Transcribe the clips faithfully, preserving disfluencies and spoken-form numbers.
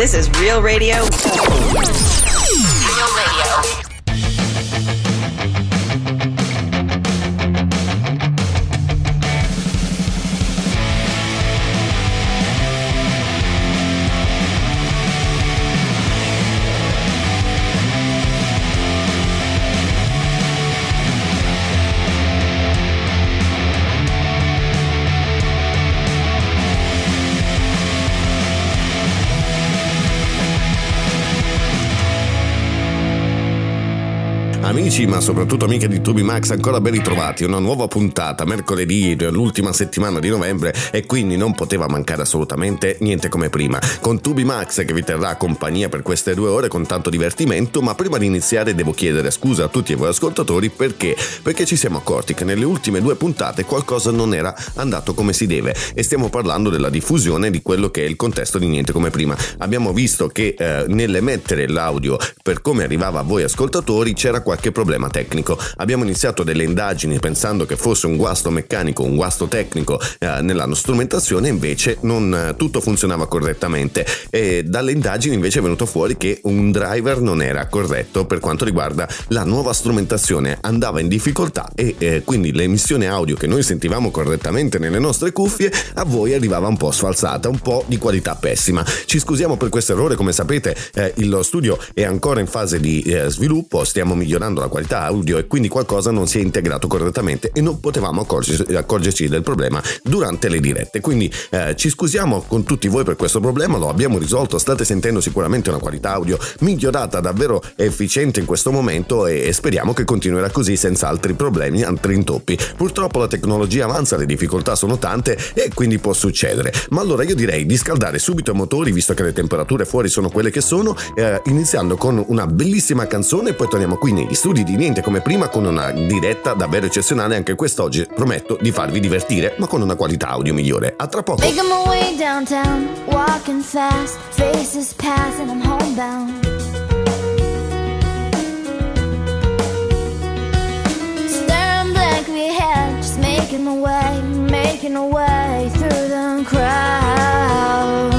This is Real Radio. Real Radio. Amici, ma soprattutto amiche di Tubi Max, ancora ben ritrovati. Una nuova puntata, mercoledì, l'ultima settimana di novembre, e quindi non poteva mancare assolutamente niente come prima. Con Tubi Max che vi terrà compagnia per queste due ore con tanto divertimento, ma prima di iniziare devo chiedere scusa a tutti voi ascoltatori perché? Perché ci siamo accorti che nelle ultime due puntate qualcosa non era andato come si deve, e stiamo parlando della diffusione di quello che è il contesto di Niente Come Prima. Abbiamo visto che eh, nell'emettere l'audio per come arrivava a voi ascoltatori c'era qualche problema tecnico. Abbiamo iniziato delle indagini pensando che fosse un guasto meccanico, un guasto tecnico eh, nella strumentazione, invece non eh, tutto funzionava correttamente, e dalle indagini invece è venuto fuori che un driver non era corretto per quanto riguarda la nuova strumentazione, andava in difficoltà e eh, quindi l'emissione audio che noi sentivamo correttamente nelle nostre cuffie a voi arrivava un po' sfalsata, un po' di qualità pessima. Ci scusiamo per questo errore, come sapete eh, il studio è ancora in fase di eh, sviluppo, stiamo migliorando la qualità audio e quindi qualcosa non si è integrato correttamente e non potevamo accorgerci, accorgerci del problema durante le dirette, quindi eh, ci scusiamo con tutti voi per questo problema, lo abbiamo risolto, state sentendo sicuramente una qualità audio migliorata, davvero efficiente in questo momento, e, e speriamo che continuerà così senza altri problemi, altri intoppi. Purtroppo la tecnologia avanza, le difficoltà sono tante e quindi può succedere, ma allora io direi di scaldare subito i motori visto che le temperature fuori sono quelle che sono, eh, iniziando con una bellissima canzone e poi torniamo qui negli studi di Niente Come Prima con una diretta davvero eccezionale. Anche quest'oggi prometto di farvi divertire ma con una qualità audio migliore. A tra poco. Making my way downtown, walking fast, faces pass and I'm homebound. Staring blankly ahead, just making my way, making my way through the crowd.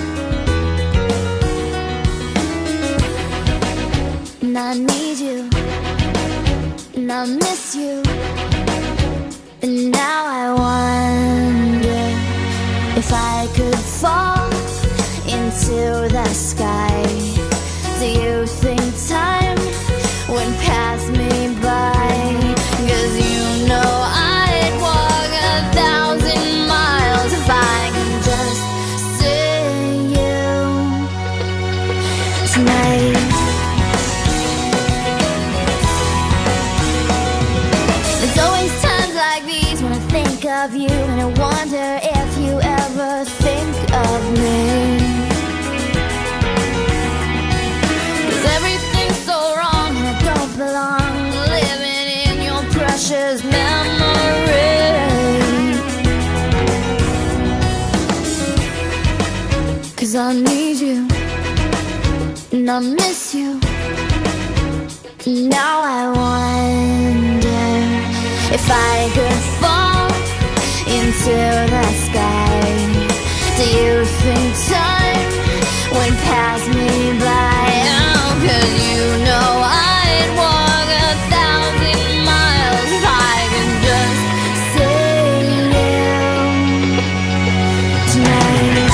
And I need you, and I miss you, and now I wonder if I could fall into the sky. Do you think time would pass me by? 'Cause you know I'd walk a thousand miles if I could just see you tonight. Of you, and I wonder if you ever think of me. 'Cause everything's so wrong and I don't belong living in your precious memory. 'Cause I need you and I miss you. Now I wonder if I could fall into the sky. Do you think time would pass me by? Oh, 'cause you know I'd walk a thousand miles if I could just see you tonight.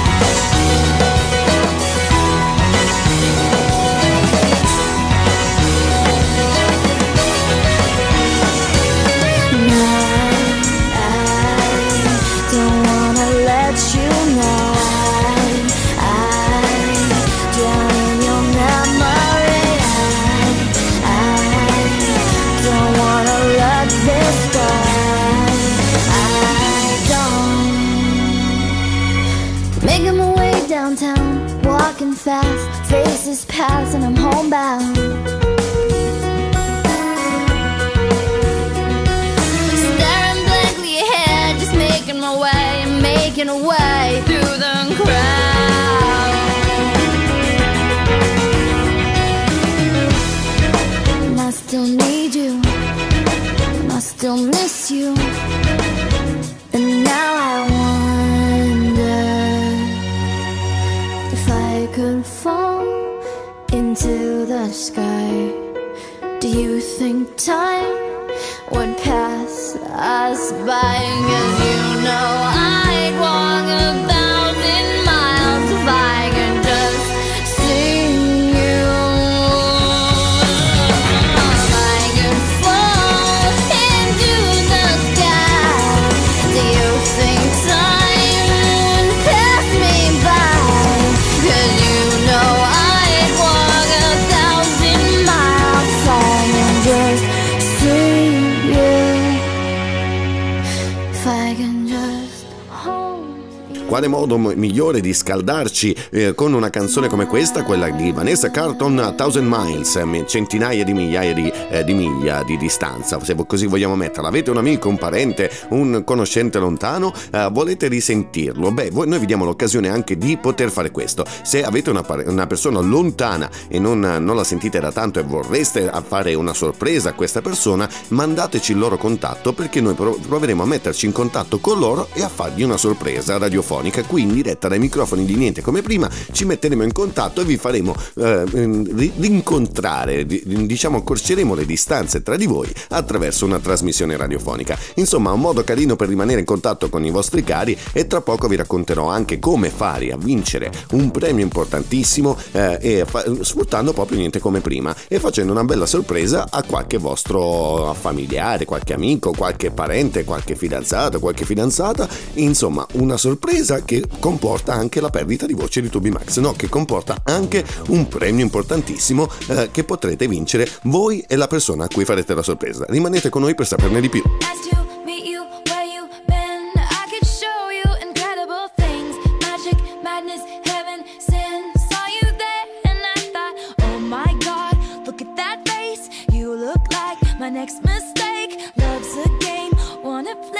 Downtown, walking fast, faces pass and I'm homebound. Staring blankly ahead, just making my way, making a way through the crowd. And I still need you, and I still miss you, and now I wonder if I could fall into the sky, do you think time would pass us by? 'Cause you know I'd walk a thousand miles if I could just see you. If I could fall into the sky, do you think time would pass me by? 'Cause you know I'd walk a thousand miles if I could just see you. If I can just hold you. Quale modo m- migliore di scaldarci eh, con una canzone come questa, quella di Vanessa Carlton, Thousand Miles, eh, centinaia di migliaia di, eh, di miglia di distanza, se così vogliamo metterla. Avete un amico, un parente, un conoscente lontano, eh, volete risentirlo? Beh, voi, noi vi diamo l'occasione anche di poter fare questo. Se avete una, pare- una persona lontana e non, non la sentite da tanto e vorreste a fare una sorpresa a questa persona, mandateci il loro contatto, perché noi prov- proveremo a metterci in contatto con loro e a fargli una sorpresa radiofonica. Qui in diretta dai microfoni di Niente Come Prima ci metteremo in contatto e vi faremo eh, ri- rincontrare, di- diciamo accorceremo le distanze tra di voi attraverso una trasmissione radiofonica. Insomma, un modo carino per rimanere in contatto con i vostri cari, e tra poco vi racconterò anche come fare a vincere un premio importantissimo eh, e fa- sfruttando proprio Niente Come Prima e facendo una bella sorpresa a qualche vostro familiare, qualche amico, qualche parente, qualche fidanzato, qualche fidanzata. Insomma, una sorpresa che comporta anche la perdita di voce di Tubi Max, no, che comporta anche un premio importantissimo eh, che potrete vincere voi e la persona a cui farete la sorpresa. Rimanete con noi per saperne di più. Nice to meet you where you been. I could show you incredible things. Magic, madness, heaven, sin. Saw you there and I thought, oh my God, look at that face. You look like my next mistake. Love's a game, wanna play.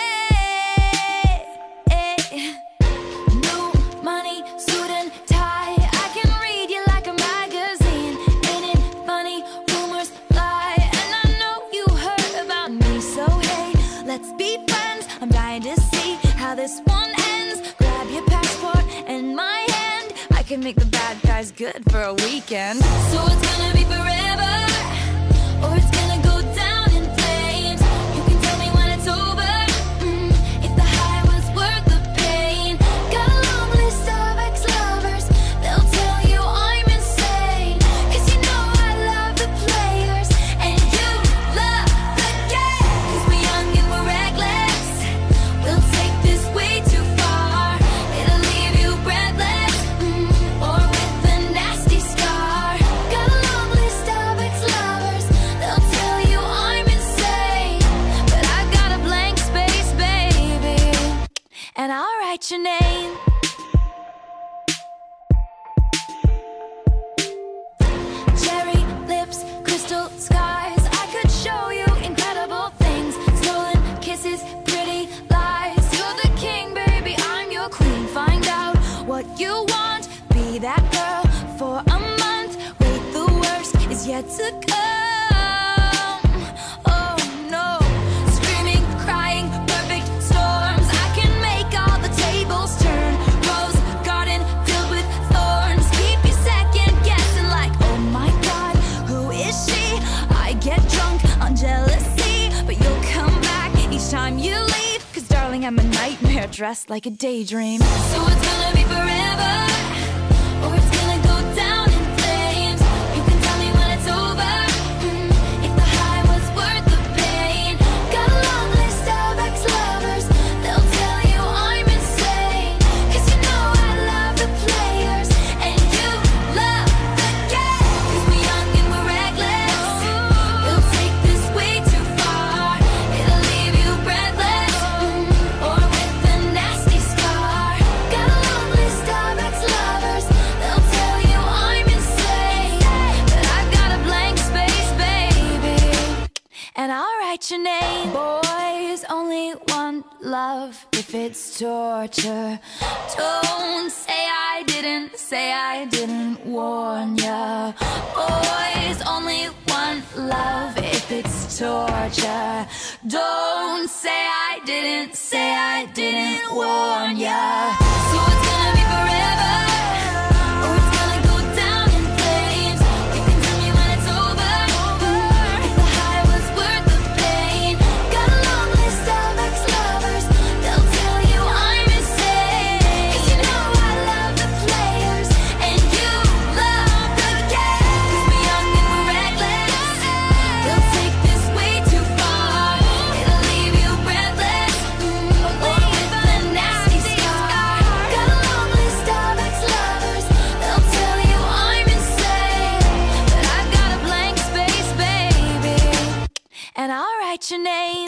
New money, suit and tie. I can read you like a magazine. Ain't it funny? Rumors fly, and I know you heard about me. So hey, let's be friends. I'm dying to see how this one ends. Grab your passport and my hand. I can make the bad guys good for a weekend. So it's gonna be forever, or it's gonna go down in flames. You can tell me when it's over, mm, if the high was worth the pain. Got a long list of ex-lovers, they'll tell you I'm insane. 'Cause you know I love the players, and you love the game. 'Cause we're young and we're reckless, we'll take this way too far. It'll leave you breathless, mm, or with a nasty scar. Got a long list of ex-lovers, they'll tell you I'm insane. But I got a blank space, baby, and I'll write your name. Cherry lips, crystal skies. I could show you incredible things. Stolen kisses, pretty lies. You're the king, baby, I'm your queen. Find out what you want, be that girl for a month. Wait, the worst is yet to come. Oh no, screaming, crying, perfect storms. I can make all the tables turn. Rose garden filled with thorns. Keep you second guessing like, oh my God, who is she? I get drunk on jealousy, but you'll come back each time you leave. 'Cause darling, I'm a nightmare dressed like a daydream. So it's gonna be forever, or it's gonna go down in flames. You can tell me when it's over, mm, if the high was worth the pain. Got a long list of ex-lovers, they'll tell you I'm insane. 'Cause you know I love the players, and you love the game. 'Cause we're young and we're reckless, we'll take this way too far. It'll leave you breathless, mm, or with a nasty scar. Got a long list of ex-lovers, they'll tell you I'm insane. But I've got a blank space, baby, and I'll write your name. Boys only want love if it's torture. Don't say I didn't, say I didn't warn ya. Boys only want love if it's torture. Don't say I didn't, say I didn't warn ya. So it's gonna be forever, or it's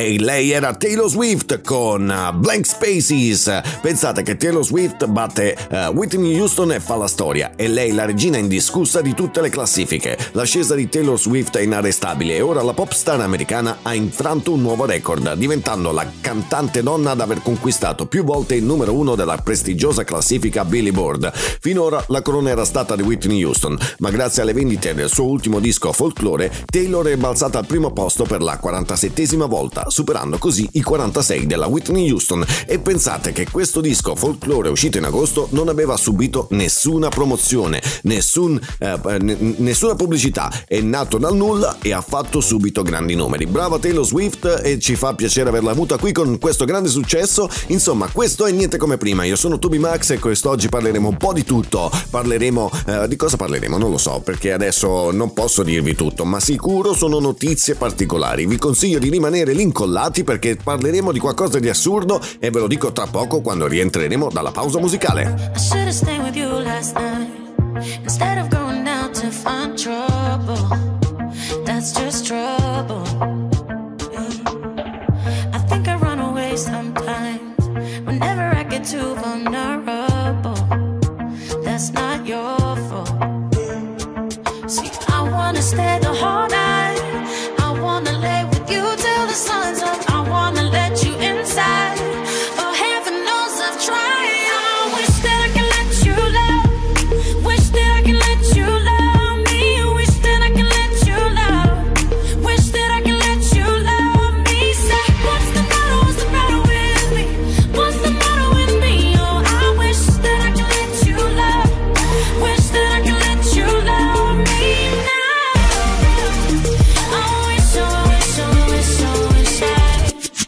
E lei era Taylor Swift con Blank Spaces. Pensate che Taylor Swift batte uh, Whitney Houston e fa la storia. E lei la regina indiscussa di tutte le classifiche. L'ascesa di Taylor Swift è inarrestabile e ora la pop star americana ha infranto un nuovo record, diventando la cantante donna ad aver conquistato più volte il numero uno della prestigiosa classifica Billboard. Finora la corona era stata di Whitney Houston, ma grazie alle vendite del suo ultimo disco Folklore, Taylor è balzata al primo posto per la quarantasettesima volta, superando così i quarantasei della Whitney Houston. E pensate che questo disco Folklore, uscito in agosto, non aveva subito nessuna promozione, nessun, eh, n- nessuna pubblicità, è nato dal nulla e ha fatto subito grandi numeri. Brava Taylor Swift, e ci fa piacere averla avuta qui con questo grande successo. Insomma, questo è Niente Come Prima. Io sono Toby Max e quest'oggi parleremo un po' di tutto. Parleremo eh, di cosa parleremo? Non lo so, perché adesso non posso dirvi tutto, ma sicuro sono notizie particolari. Vi consiglio di rimanere lì incollati perché parleremo di qualcosa di assurdo e ve lo dico tra poco quando rientreremo dalla pausa musicale. I should have stayed with you last night instead of going out to find trouble. That's just trouble. I think I run away sometimes whenever I get too vulnerable. That's not your fault. See, I wanna stay the whole night. I wanna lay with you till the sun's up. I wanna let you inside. Oh, heaven knows I've tried. I wish that I could let you love. Wish that I could let you love me. Wish that I could let you love. Wish that I could let you love me. Say, what's the matter? What's the matter with me? What's the matter with me? Oh, I wish that I could let you love. Wish that I could let you love me now. I wish, I wish, I wish, I wish I.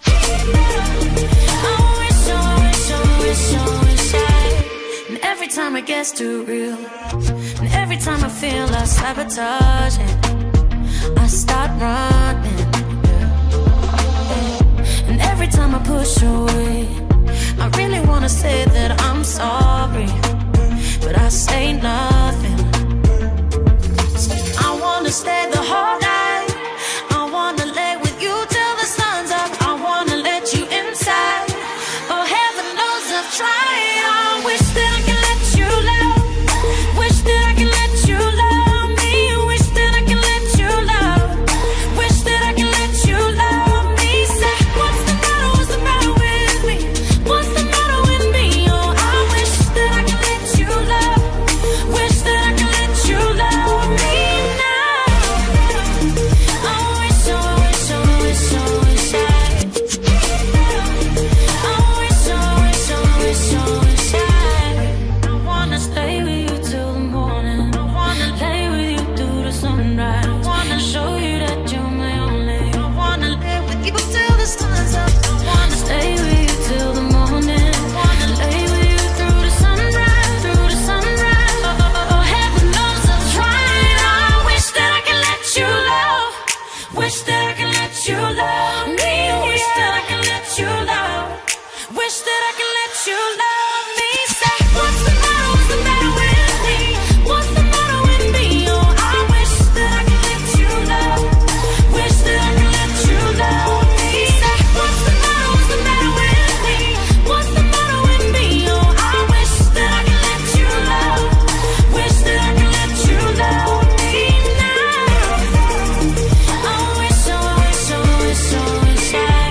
I wish, I wish, I wish, I wish I. And every time it gets too real, and every time I feel I sabotage it, I start running. And every time I push away, I really wanna say that I'm sorry, but I say nothing. I wanna stay the whole night. I wanna lay with you till the sun's up. I wanna let you inside. Oh, heaven knows I've tried. I wish that I could let you love. Wish that I could let you love me. Wish that I could let you love. Wish that I could let you love me. Say, what's the matter? What's the matter with me? What's the matter with me? Oh, I wish that I could let you love. Wish that I could let you love me now. I wish, I wish, I wish, I wish I. I wish, I wish, I wish, I wish I. I wanna stay with you till the morning. I wanna lay with you through the sunrise. I wanna show you that you're my only. I wanna live with you till the sun's up. I wanna stay with you till the morning. I wanna lay with you through the sunrise, through the sunrise. Oh, oh, oh, heaven knows I've tried. I wish that I could let you love. Wish that I could let you love me. Wish that I could let you love. Wish that I could let you love me. Say, what's the matter? What's the matter with me? What's the matter with me? Oh, I wish that I could let you love. Wish that I could let you love me. Say, what's the matter? What's the matter with me? What's the matter with me? Oh, I wish that I could let you love. Wish that I could let you love me now. I wish, I wish, I wish, I wish I.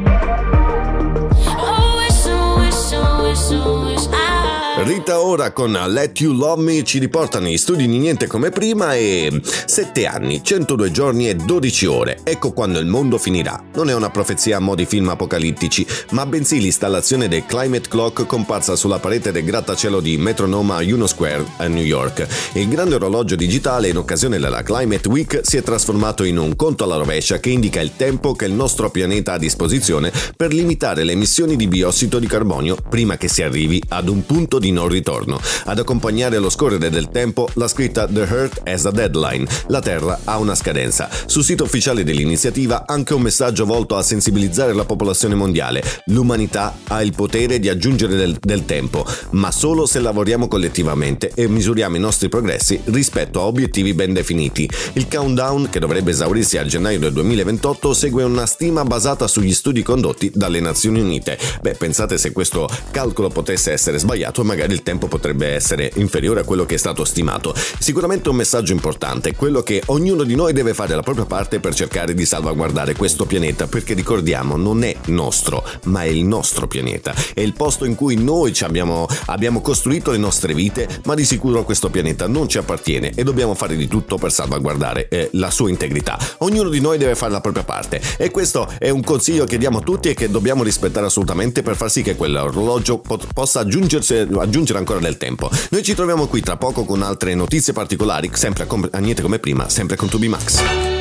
Oh, wish, I wish, I wish, I wish I. Rita Ora con Let You Love Me ci riporta negli studi di Niente Come Prima e sette anni, centodue giorni e dodici ore. Ecco quando il mondo finirà. Non è una profezia a mo' di film apocalittici, ma bensì l'installazione del Climate Clock comparsa sulla parete del grattacielo di Metronome a Union Square a New York. Il grande orologio digitale in occasione della Climate Week si è trasformato in un conto alla rovescia che indica il tempo che il nostro pianeta ha a disposizione per limitare le emissioni di biossido di carbonio prima che si arrivi ad un punto di non ritorno. quotidiano. Ad accompagnare lo scorrere del tempo, la scritta The Earth has a deadline, la Terra ha una scadenza. Sul sito ufficiale dell'iniziativa anche un messaggio volto a sensibilizzare la popolazione mondiale. L'umanità ha il potere di aggiungere del, del tempo, ma solo se lavoriamo collettivamente e misuriamo i nostri progressi rispetto a obiettivi ben definiti. Il countdown, che dovrebbe esaurirsi a gennaio del duemilaventotto, segue una stima basata sugli studi condotti dalle Nazioni Unite. Beh, pensate se questo calcolo potesse essere sbagliato, magari il tempo potrebbe essere inferiore a quello che è stato stimato. Sicuramente un messaggio importante, quello che ognuno di noi deve fare la propria parte per cercare di salvaguardare questo pianeta, perché ricordiamo, non è nostro, ma è il nostro pianeta. È il posto in cui noi ci abbiamo, abbiamo costruito le nostre vite, ma di sicuro questo pianeta non ci appartiene e dobbiamo fare di tutto per salvaguardare eh, la sua integrità. Ognuno di noi deve fare la propria parte e questo è un consiglio che diamo a tutti e che dobbiamo rispettare assolutamente per far sì che quell'orologio pot- possa aggiungersi, aggiungere ancora del tempo. Noi ci troviamo qui tra poco con altre notizie particolari, sempre a, com- a niente come prima, sempre con Tubi Max.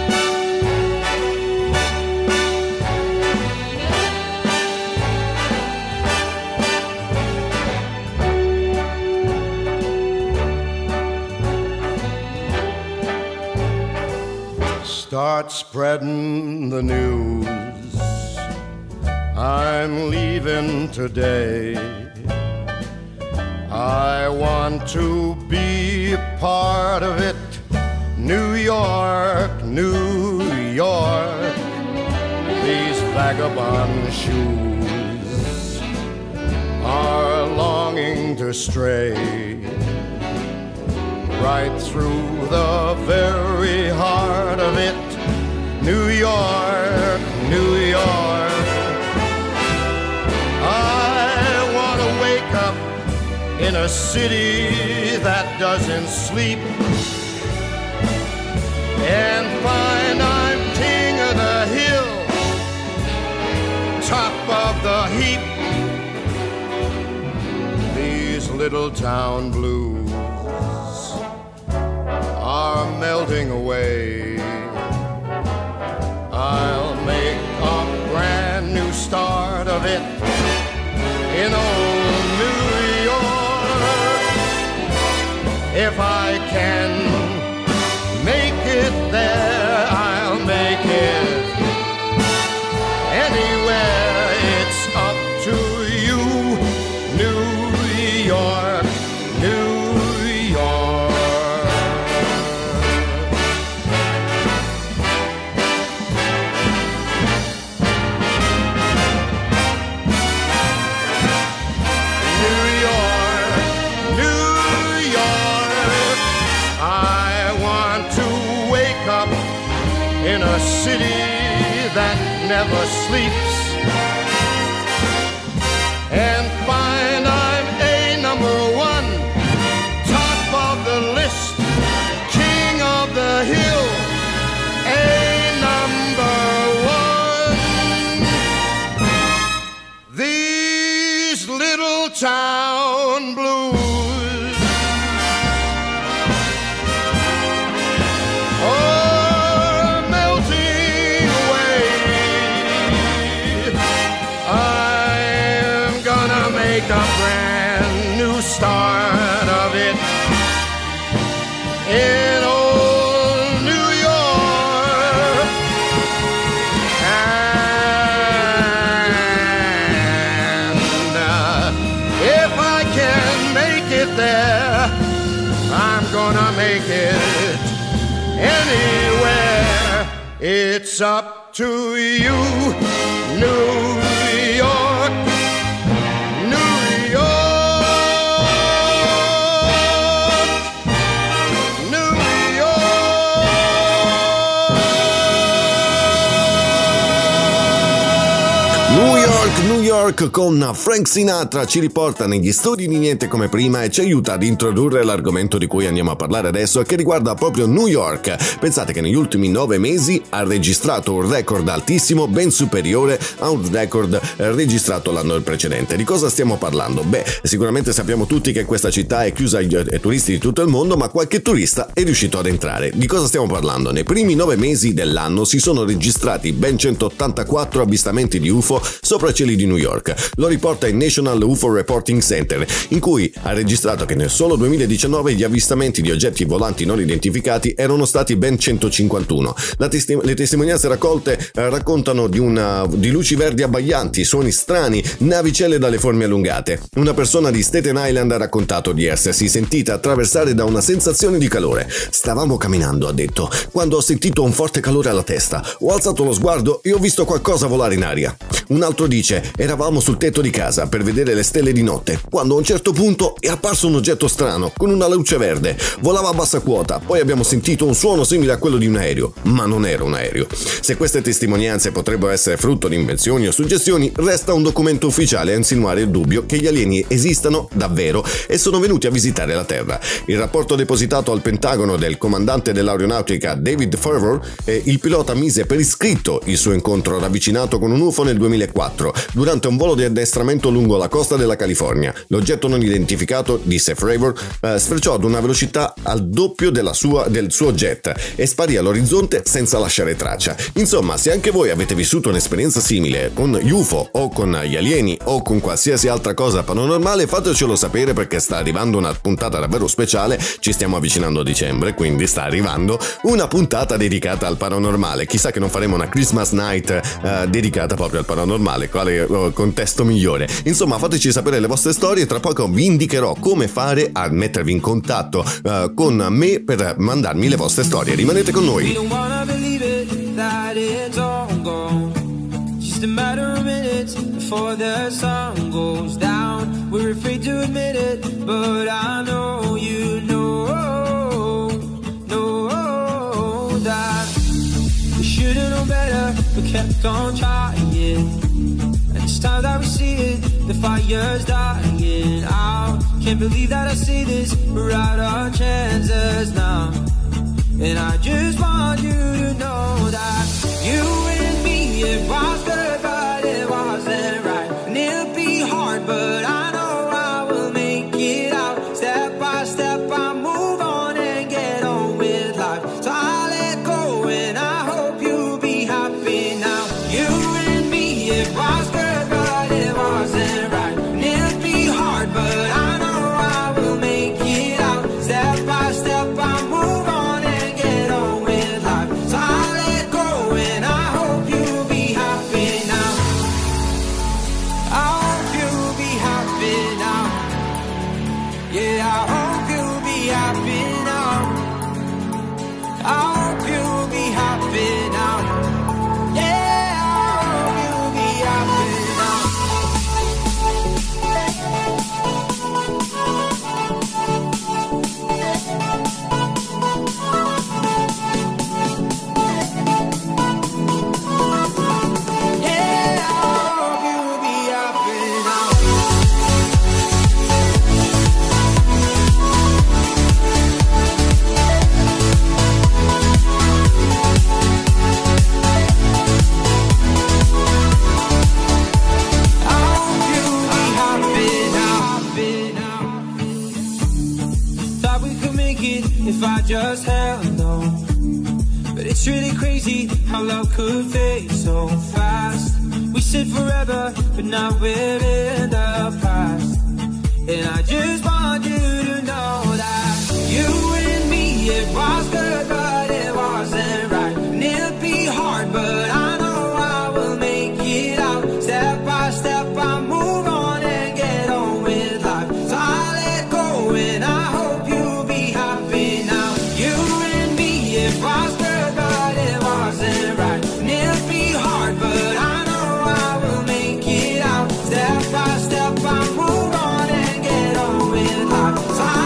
Start spreading the news. I'm leaving today. I want to be a part of it. New York, New York. These vagabond shoes are longing to stray right through the very heart of it. New York, New York. I want to wake up in a city that doesn't sleep and find I'm king of the hill, top of the heap. These little town blues are melting away. I'll make a brand new start of it in old New York. If I can make it there, I'll make it anywhere. It's up to you, New York, New York. In a city that never sleeps and find I'm a number one, top of the list, king of the hill, a number one. These little town blues a brand new start of it in old New York. And uh, if I can make it there, I'm gonna make it anywhere. It's up to you, New York. New York con Frank Sinatra ci riporta negli studi di Niente Come Prima e ci aiuta ad introdurre l'argomento di cui andiamo a parlare adesso, che riguarda proprio New York. Pensate che negli ultimi nove mesi ha registrato un record altissimo, ben superiore a un record registrato l'anno precedente. Di cosa stiamo parlando? Beh, sicuramente sappiamo tutti che questa città è chiusa ai, ai turisti di tutto il mondo, ma qualche turista è riuscito ad entrare. Di cosa stiamo parlando? Nei primi nove mesi dell'anno si sono registrati ben centottantaquattro avvistamenti di U F O sopra i cieli di New York. York. Lo riporta il National U F O Reporting Center, in cui ha registrato che nel solo duemiladiciannove gli avvistamenti di oggetti volanti non identificati erano stati ben centocinquantuno. La testi- le testimonianze raccolte eh, raccontano di, una, di luci verdi abbaglianti, suoni strani, navicelle dalle forme allungate. Una persona di Staten Island ha raccontato di essersi sentita attraversare da una sensazione di calore. Stavamo camminando, ha detto, quando ho sentito un forte calore alla testa. Ho alzato lo sguardo e ho visto qualcosa volare in aria. Un altro dice, eravamo sul tetto di casa per vedere le stelle di notte, quando a un certo punto è apparso un oggetto strano, con una luce verde. Volava a bassa quota, poi abbiamo sentito un suono simile a quello di un aereo, ma non era un aereo. Se queste testimonianze potrebbero essere frutto di invenzioni o suggestioni, resta un documento ufficiale a insinuare il dubbio che gli alieni esistano davvero e sono venuti a visitare la Terra. Il rapporto depositato al Pentagono del comandante dell'aeronautica David Fervor, eh, il pilota mise per iscritto il suo incontro ravvicinato con un U F O nel duemilaquattro, durante un volo di addestramento lungo la costa della California. L'oggetto non identificato, disse Fervor, eh, sfrecciò ad una velocità al doppio della sua, del suo jet e sparì all'orizzonte senza lasciare traccia. Insomma, se anche voi avete vissuto un'esperienza simile con gli U F O o con gli alieni o con qualsiasi altra cosa paranormale, fatecelo sapere, perché sta arrivando una puntata davvero speciale. Ci stiamo avvicinando a dicembre, quindi sta arrivando una puntata dedicata al paranormale. Chissà che non faremo una Christmas night eh, dedicata proprio al paranormale, quale oh, contesto migliore. Insomma, fateci sapere le vostre storie, tra poco vi indicherò come fare a mettervi in contatto eh, con me per mandarmi le vostre storie. Rimanete con noi. Just a matter of minutes before the sun goes down. We're afraid to admit it, but I know you know, know that we should've known better, but kept on trying. And it's time that we see it, the fire's dying out. Can't believe that I see this, we're out our chances now. And I just want you to know that you and me, it was good, but it wasn't right. And it'll be hard, but I know I will make it out. Step by step, I move on and get on with life. So I let go and I hope you'll be happy now. You and me, it was good, but it wasn't right. And it'll be hard, but I know I will make it out. Step by step, I move on. If I just held on, but it's really crazy how love could fade so fast. We said forever, but now we're in the past. And I just want you to know that you and me, it was good, but it wasn't right. And it'll be hard, but I know I will make it out. Step by step, I move on and get on with life. So I let go and I hope you'll be happy now. You and me, it was good, but it wasn't right. And it'll be hard, but I know I will make it out. Step by step, I move on and get on with life. So I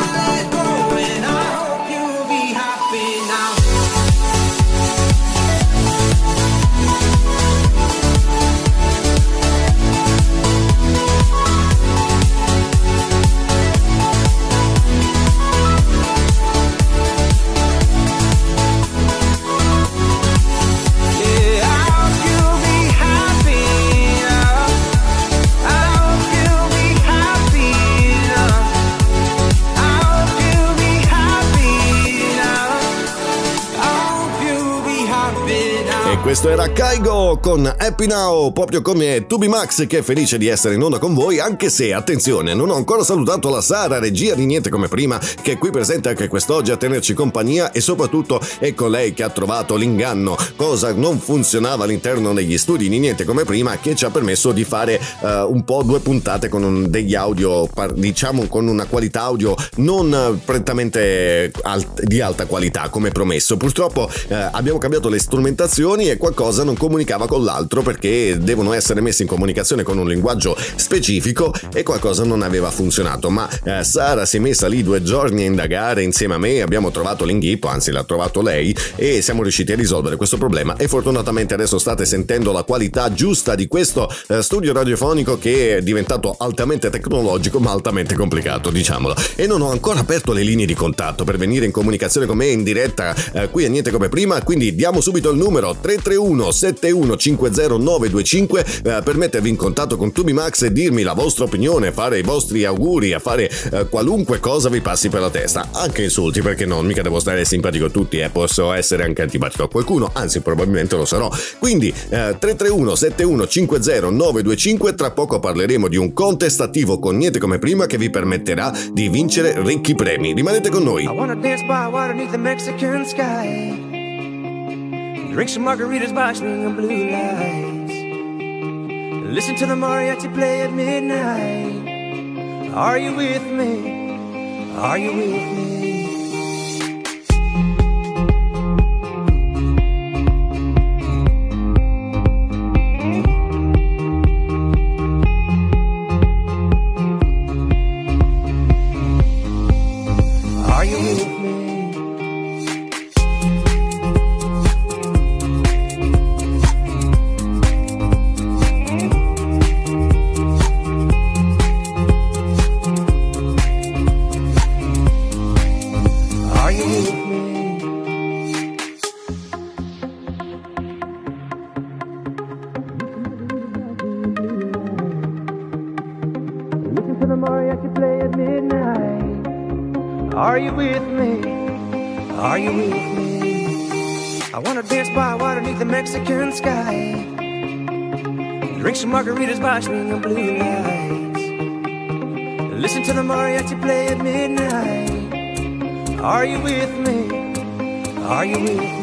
Questo era Kygo con Happy Now, proprio come Tubi Max, che è felice di essere in onda con voi, anche se, attenzione, non ho ancora salutato la Sara, regia di Niente Come Prima, che è qui presente anche quest'oggi a tenerci compagnia, e soprattutto è con lei che ha trovato l'inganno, cosa non funzionava all'interno degli studi di Niente Come Prima, che ci ha permesso di fare uh, un po' due puntate con un, degli audio, diciamo con una qualità audio non prettamente alt- di alta qualità come promesso. Purtroppo uh, abbiamo cambiato le strumentazioni e qualcosa non comunicava con l'altro, perché devono essere messi in comunicazione con un linguaggio specifico e qualcosa non aveva funzionato. Ma eh, Sara si è messa lì due giorni a indagare insieme a me, abbiamo trovato l'inghippo, anzi l'ha trovato lei, e siamo riusciti a risolvere questo problema, e fortunatamente adesso state sentendo la qualità giusta di questo eh, studio radiofonico, che è diventato altamente tecnologico ma altamente complicato, diciamolo. E non ho ancora aperto le linee di contatto per venire in comunicazione con me in diretta eh, qui a Niente Come Prima, quindi diamo subito il numero tre tre uno sette uno cinque zero nove due cinque eh, per mettervi in contatto con Tubi Max e dirmi la vostra opinione, fare i vostri auguri, a fare eh, qualunque cosa vi passi per la testa, anche insulti, perché no, mica devo stare simpatico a tutti, eh, posso essere anche antipatico a qualcuno, anzi probabilmente lo sarò. Quindi eh, tre tre uno sette uno cinque zero nove due cinque, tra poco parleremo di un contest attivo con Niente Come Prima che vi permetterà di vincere ricchi premi. Rimanete con noi. I wanna dance by water beneath the Mexican sky. Drink some margaritas by swinging blue lights. Listen to the mariachi play at midnight. Are you with me? Are you with me? Are you with me? Are you with me? Are you with me? I wanna dance by water beneath the Mexican sky. Drink some margaritas by swinging blue lights. Listen to the mariachi play at midnight. Are you with me? Are you with me?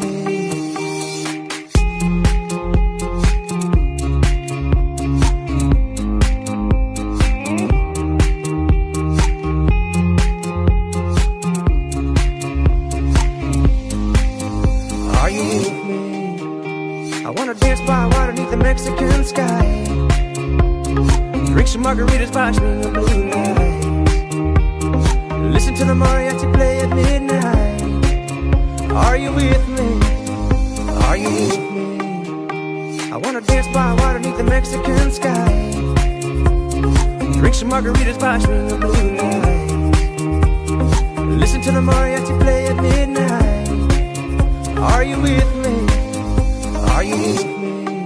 Mexican sky. Drink some margaritas by swinging blue lights. Listen to the mariachi play at midnight. Are you with me? Are you with me? I wanna dance by water beneath the Mexican sky. Drink some margaritas by swinging blue lights. Listen to the mariachi play at midnight. Are you with me? Are you with me?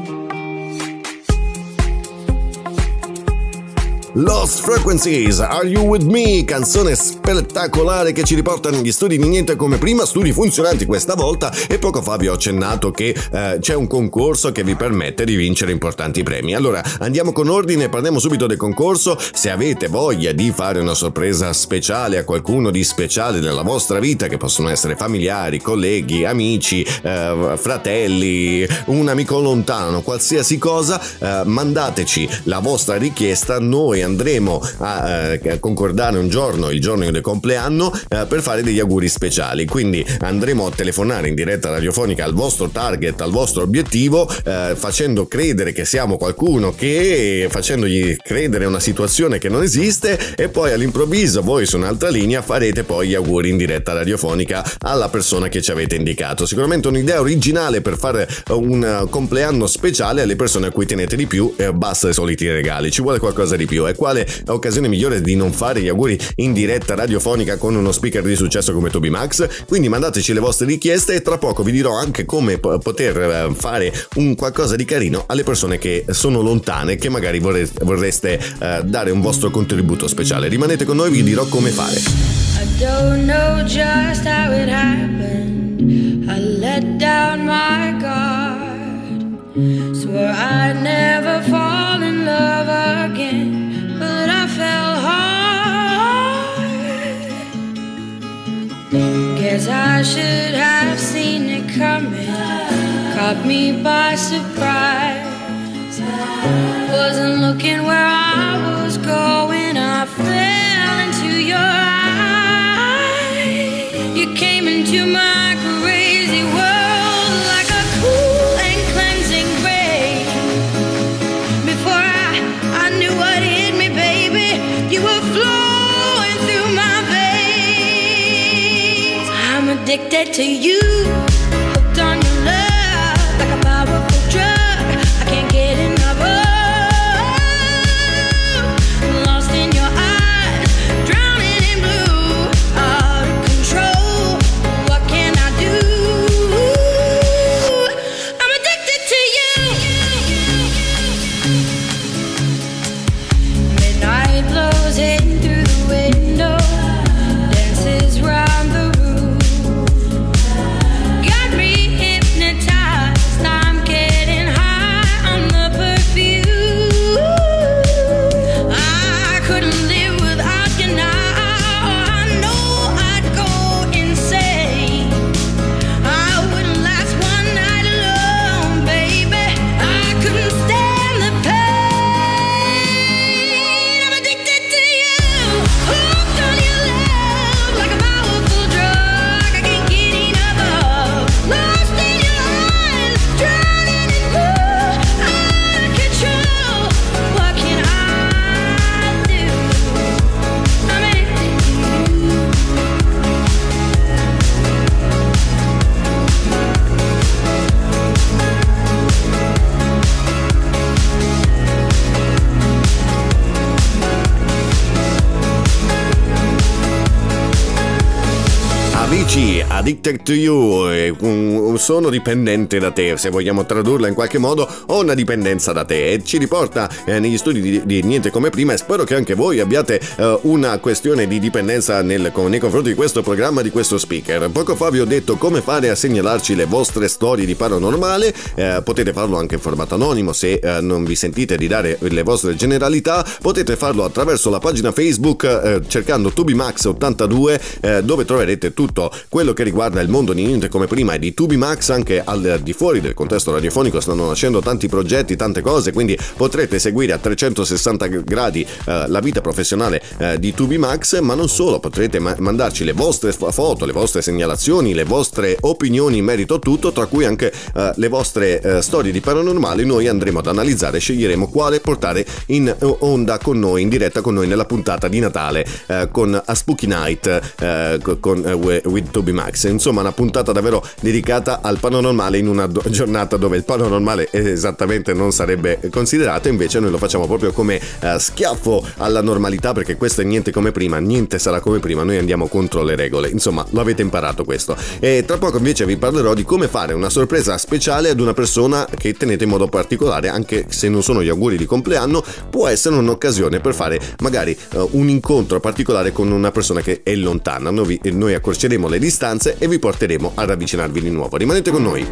Lost Frequencies, Are You With Me? Canzone spettacolare che ci riporta negli studi di Niente Come Prima, studi funzionanti questa volta, e poco fa vi ho accennato che eh, c'è un concorso che vi permette di vincere importanti premi. Allora andiamo con ordine, parliamo subito del concorso. Se avete voglia di fare una sorpresa speciale a qualcuno di speciale nella vostra vita, che possono essere familiari, colleghi, amici, eh, fratelli, un amico lontano, qualsiasi cosa, eh, mandateci la vostra richiesta. Noi andremo a eh, concordare un giorno, il giorno del compleanno, eh, per fare degli auguri speciali. Quindi andremo a telefonare in diretta radiofonica al vostro target, al vostro obiettivo, eh, facendo credere che siamo qualcuno, che facendogli credere una situazione che non esiste, e poi all'improvviso voi su un'altra linea farete poi gli auguri in diretta radiofonica alla persona che ci avete indicato. Sicuramente un'idea originale per fare un compleanno speciale alle persone a cui tenete di più, e basta i soliti regali, ci vuole qualcosa di più. E quale occasione migliore di non fare gli auguri in diretta radiofonica con uno speaker di successo come Tubi Max? Quindi mandateci le vostre richieste, e tra poco vi dirò anche come p- poter fare un qualcosa di carino alle persone che sono lontane, che magari vorreste, vorreste uh, dare un vostro contributo speciale. Rimanete con noi, vi dirò come fare. I don't know just how it happened. I let down my guard. Guess I should have seen it coming. Caught me by surprise. Wasn't looking where I was going. I fell into your eyes. You came into my crazy world like a cool and cleansing rain. Before I, I knew what hit me, baby, you were flowing through my veins. I'm addicted to you, hooked on your love like a powerful drug. I can't get enough of. Lost in your eyes, drowning in blue, out of control. What can I do? I'm addicted to you. Midnight blows in through the window, dances round the room. Got me hypnotized, I'm getting high on the perfume. I couldn't live without you now. I know I'd go insane. I wouldn't last one night alone, baby. I couldn't stand the pain. I'm addicted to you, hooked on your love like a powerful drug. I can't get enough of. Lost in your eyes, drowning in blue, out of control. What can I do? I'm addicted to you. Avicii, Addicted to You, eh, un- sono dipendente da te, se vogliamo tradurla in qualche modo, ho una dipendenza da te, e ci riporta eh, negli studi di, di Niente Come Prima, e spero che anche voi abbiate eh, una questione di dipendenza nel, con- nei confronti di questo programma, di questo speaker. Poco fa vi ho detto come fare a segnalarci le vostre storie di paranormale, eh, potete farlo anche in formato anonimo se eh, non vi sentite di dare le vostre generalità, potete farlo attraverso la pagina Facebook eh, cercando Tubimax ottantadue, eh, dove troverete tutto quello che riguarda il mondo di Niente Come Prima e di Tubimax. Anche al di fuori del contesto radiofonico stanno nascendo tanti progetti, tante cose, quindi potrete seguire a trecentosessanta gradi eh, la vita professionale eh, di Tubimax, ma non solo, potrete ma- mandarci le vostre f- foto, le vostre segnalazioni, le vostre opinioni in merito a tutto, tra cui anche eh, le vostre eh, storie di paranormali. Noi andremo ad analizzare e sceglieremo quale portare in onda con noi, in diretta con noi nella puntata di Natale eh, con A Spooky Night eh, con eh, with Tubimax. Insomma, una puntata davvero dedicata al paranormale in una do- giornata dove il paranormale esattamente non sarebbe considerato, invece noi lo facciamo proprio come uh, schiaffo alla normalità, perché questo è Niente Come Prima, niente sarà come prima, noi andiamo contro le regole. Insomma, lo avete imparato questo. E tra poco invece vi parlerò di come fare una sorpresa speciale ad una persona che tenete in modo particolare, anche se non sono gli auguri di compleanno, può essere un'occasione per fare magari uh, un incontro particolare con una persona che è lontana. Noi, noi accorceremo le distanze e vi porteremo ad avvicinarvi di nuovo. Rimanete con noi.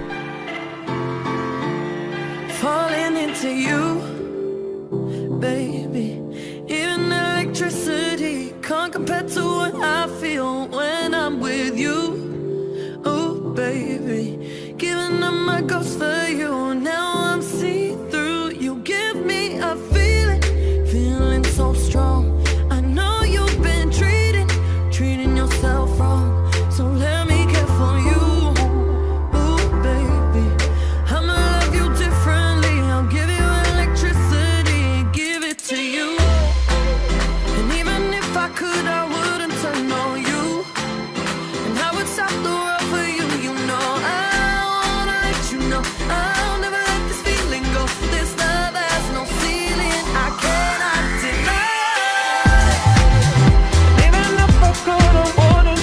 Falling into you, baby. Even electricity can't compare to what I feel when I'm with you. Oh, baby, giving up my ghost for you. Now I'm see through. You give me a feeling, feeling so strong. I know you've been treating, treating yourself wrong. So let me care for you, ooh, baby. I'ma love you differently. I'll give you electricity, give it to you. And even if I could, I wouldn't turn on you. And I would stop the world for you, you know. I wanna let you know I'll never let this feeling go. This love has no ceiling, I cannot deny. Even if I could, I wouldn't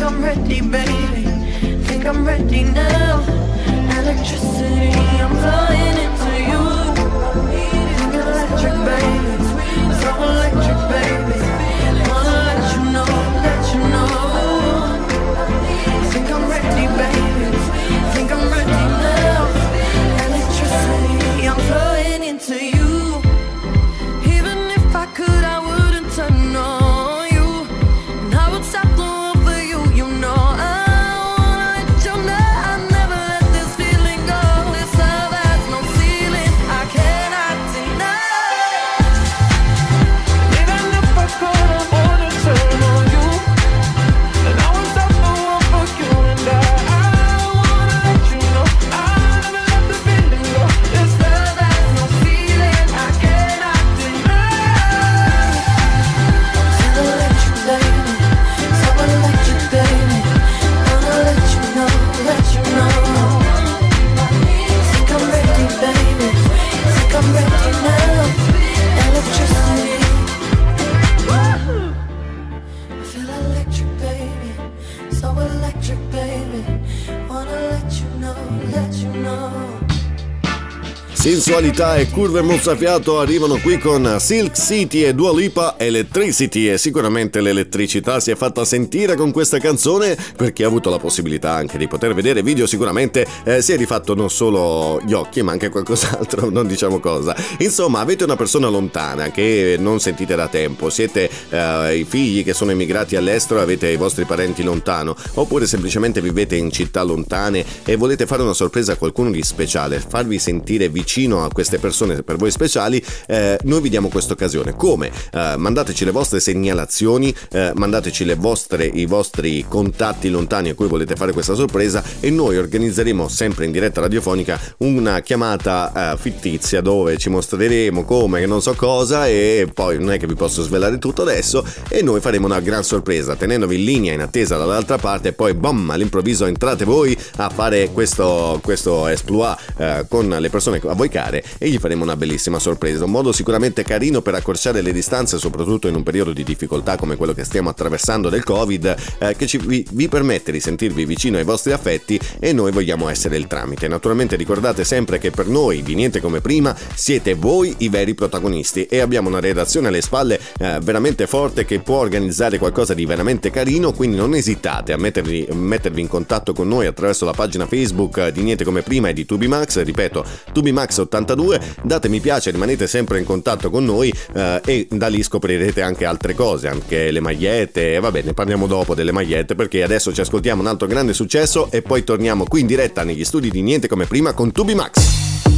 I'm ready, baby. Think I'm ready now. Electricity, I'm flying into you. Think electric, baby. So electric, baby. Wanna let you know, let you know. Think I'm ready, baby. Think I'm ready now. Electricity, I'm flying into you. Even if I could, I wouldn't turn on you. And I would stop the world for you, you know. I wanna let you know I never let this feeling go. This love has no ceiling, I cannot deny. Even if I could, I wouldn't turn on you. And I would stop the world for you and I. I wanna let you know I never let the feeling go. This love has no ceiling, I cannot deny. So electric, baby. So electric, baby. Wanna let you know, let you know. Think I'm ready, baby. Think I'm ready now. Electricity. Woo! I feel electric, baby. So electric, baby. Wanna let you know, let you know. Sensualità e curve mozzafiato arrivano qui con Silk City e Dua Lipa Electricity, e sicuramente l'elettricità si è fatta sentire con questa canzone. Per chi ha avuto la possibilità anche di poter vedere video sicuramente eh, si è rifatto non solo gli occhi ma anche qualcos'altro, non diciamo cosa. Insomma, avete una persona lontana che non sentite da tempo, siete eh, i figli che sono emigrati all'estero, avete i vostri parenti lontano, oppure semplicemente vivete in città lontane e volete fare una sorpresa a qualcuno di speciale, farvi sentire vicino a queste persone per voi speciali. eh, noi vi diamo questa occasione. Come? Eh, mandateci le vostre segnalazioni, eh, mandateci le vostre, i vostri contatti lontani a cui volete fare questa sorpresa, e noi organizzeremo sempre in diretta radiofonica una chiamata eh, fittizia dove ci mostreremo come, che non so cosa, e poi non è che vi posso svelare tutto adesso, e noi faremo una gran sorpresa tenendovi in linea in attesa dall'altra parte, e poi bam, all'improvviso entrate voi a fare questo, questo exploit eh, con le persone a voi care, e gli faremo una bellissima sorpresa, un modo sicuramente carino per accorciare le distanze, soprattutto in un periodo di difficoltà come quello che stiamo attraversando del Covid, eh, che ci, vi, vi permette di sentirvi vicino ai vostri affetti, e noi vogliamo essere il tramite. Naturalmente ricordate sempre che per noi di Niente Come Prima siete voi i veri protagonisti, e abbiamo una redazione alle spalle eh, veramente forte che può organizzare qualcosa di veramente carino, quindi non esitate a mettervi, mettervi in contatto con noi attraverso la pagina Facebook di Niente Come Prima e di Tubimax, ripeto, Tubimax ottantadue, date mi piace, rimanete sempre in contatto con noi eh, e da lì scoprirete anche altre cose, anche le magliette, e vabbè, ne parliamo dopo delle magliette, perché adesso ci ascoltiamo un altro grande successo e poi torniamo qui in diretta negli studi di Niente Come Prima con Tubimax.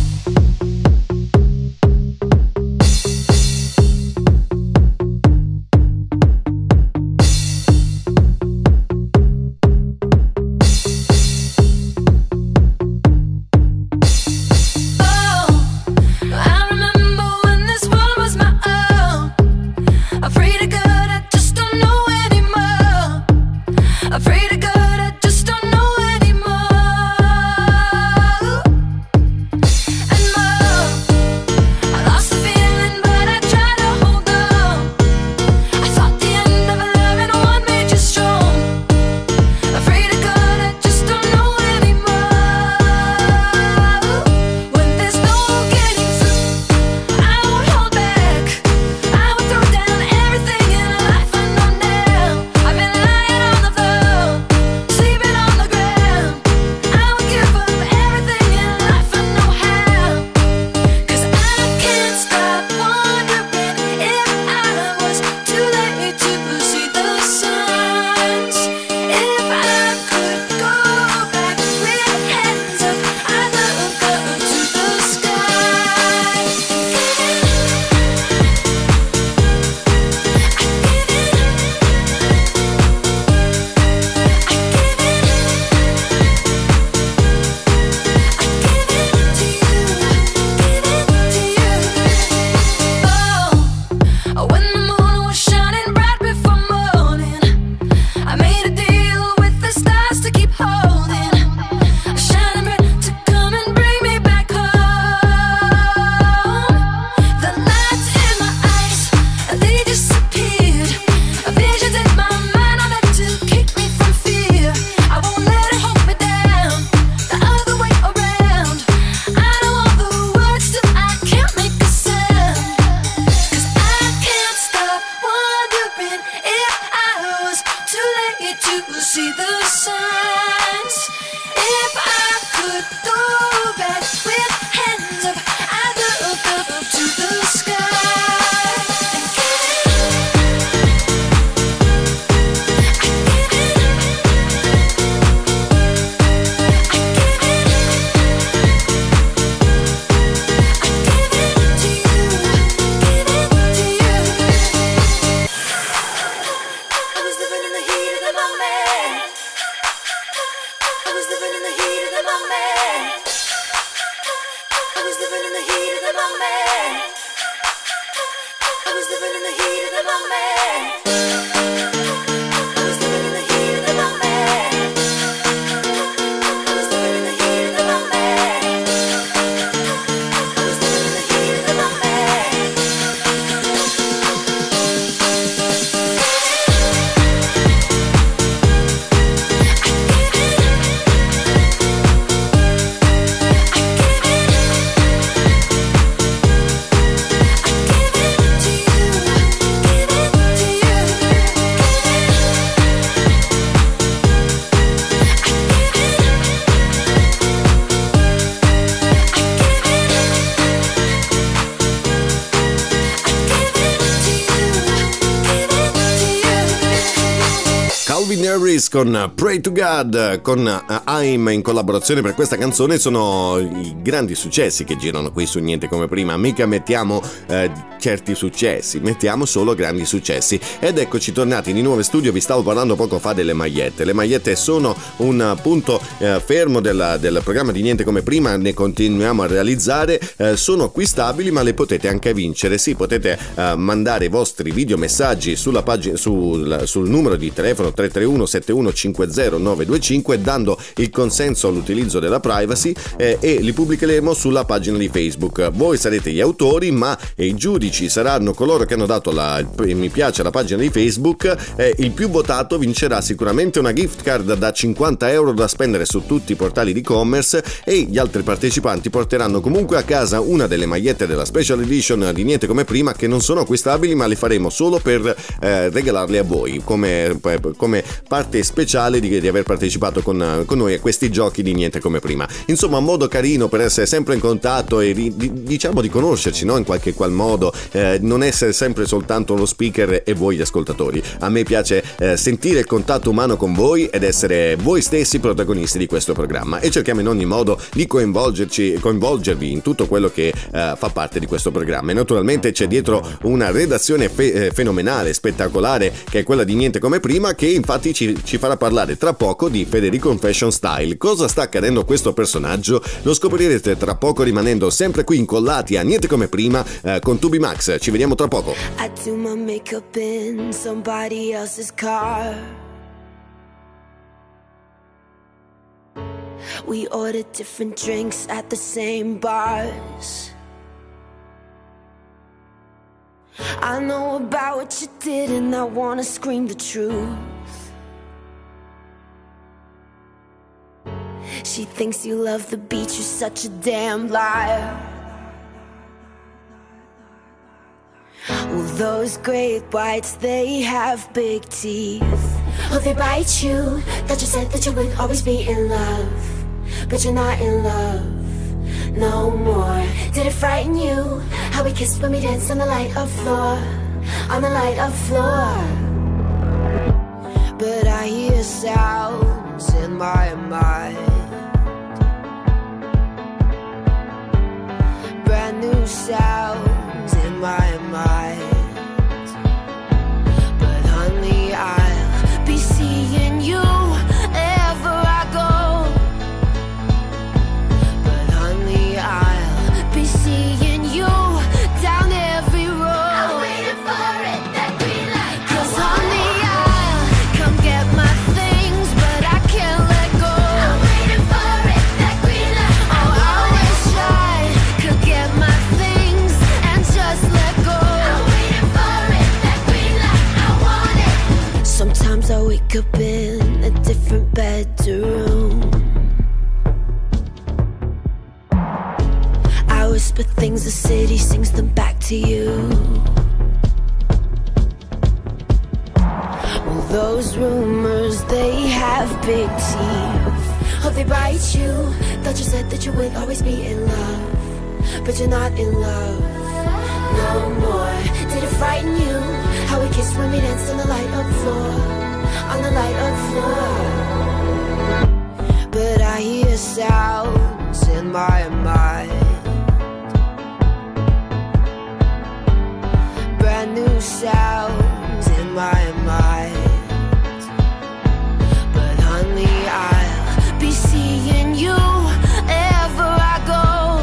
Afraid of God, I just don't know anymore. the signs. If I could go back with hands up, I'd look up to the sky. Con Pray to God, con Haim in collaborazione per questa canzone. Sono i grandi successi che girano qui su Niente Come Prima. Mica mettiamo eh, certi successi, mettiamo solo grandi successi. Ed eccoci tornati di nuovo in studio. Vi stavo parlando poco fa delle magliette. Le magliette sono un punto eh, fermo del, del programma di Niente Come Prima, ne continuiamo a realizzare. Eh, sono acquistabili, ma le potete anche vincere. Sì, potete eh, mandare i vostri videomessaggi sulla pagina, sul, sul numero di telefono tre tre uno sette uno cinque zero nove due cinque, dando il consenso all'utilizzo della privacy, eh, e li pubblicheremo sulla pagina di Facebook. Voi sarete gli autori, ma i giudici saranno coloro che hanno dato la, il mi piace alla pagina di Facebook. Eh, il più votato vincerà sicuramente una gift card da cinquanta euro da spendere su tutti i portali di e-commerce, e gli altri partecipanti porteranno comunque a casa una delle magliette della Special Edition di Niente Come Prima, che non sono acquistabili, ma le faremo solo per eh, regalarle a voi come, come parte speciale di, di aver partecipato con, con noi a questi giochi di Niente Come Prima. Insomma, un modo carino per essere sempre in contatto e di, di, diciamo di conoscerci, no? In qualche qual modo, eh, non essere sempre soltanto lo speaker e voi gli ascoltatori. A me piace eh, sentire il contatto umano con voi ed essere voi stessi protagonisti di questo programma, e cerchiamo in ogni modo di coinvolgerci, coinvolgervi in tutto quello che eh, fa parte di questo programma. E naturalmente c'è dietro una redazione fe- fenomenale, spettacolare, che è quella di Niente Come Prima, che infatti ci, ci farà parlare tra poco di Federico in Fashion Style. Cosa sta accadendo a questo personaggio? Lo scoprirete tra poco, rimanendo sempre qui incollati a Niente Come Prima eh, con Tubi Max. Ci vediamo tra poco. I do my makeup in somebody else's car. We ordered different drinks at the same bars. I know about what you did and I wanna scream the truth. She thinks you love the beach, you're such a damn liar. Well, those great whites, they have big teeth. Oh, they bite you. That you said that you would always be in love, but you're not in love no more. Did it frighten you how we kissed when we danced on the light of floor, on the light of floor? But I hear sounds in my mind, brand new sounds in my mind. But honey, I'll be seeing you wherever I go. But honey, I'll be seeing you down every road. I'm waiting for it, that green light. 'Cause honey, I'll come get my things, but I can't let go. I'm waiting for it, that green light. Oh, I wish I could get my things and just let go. I'm waiting for it, that green light. I want it. Sometimes I wake up in a different bedroom. I whisper things, the city sings them back to you. Well, those rumors, they have big teeth. Oh, they bite you. Thought you said that you would always be in love, but you're not in love no more. Did it frighten you how we kissed when we danced on the light up floor, on the light up floor? But I hear sounds in my mind, brand new sounds in my mind. But honey, I'll be seeing you ever I go.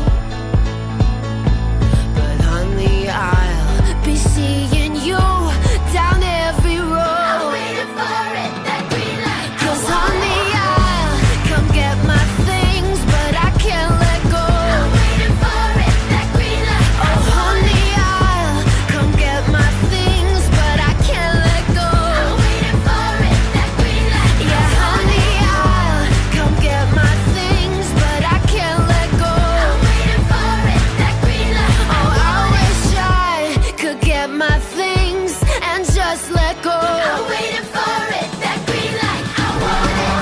But honey, I'll be seeing you down every road. I'm waiting for it, that green light. 'Cause honey, I'll come get my things, but I can't let go. I'm waiting for it, that green light. Oh honey, I'll come get my things, but I can't let go. I'm waiting for it, that green light. Yeah, honey, I'll come get my things, but I can't let go. I'm waiting for it, that green light. Oh, I wish I could get my things and just let go. I'm waiting for it, that green light. I want it.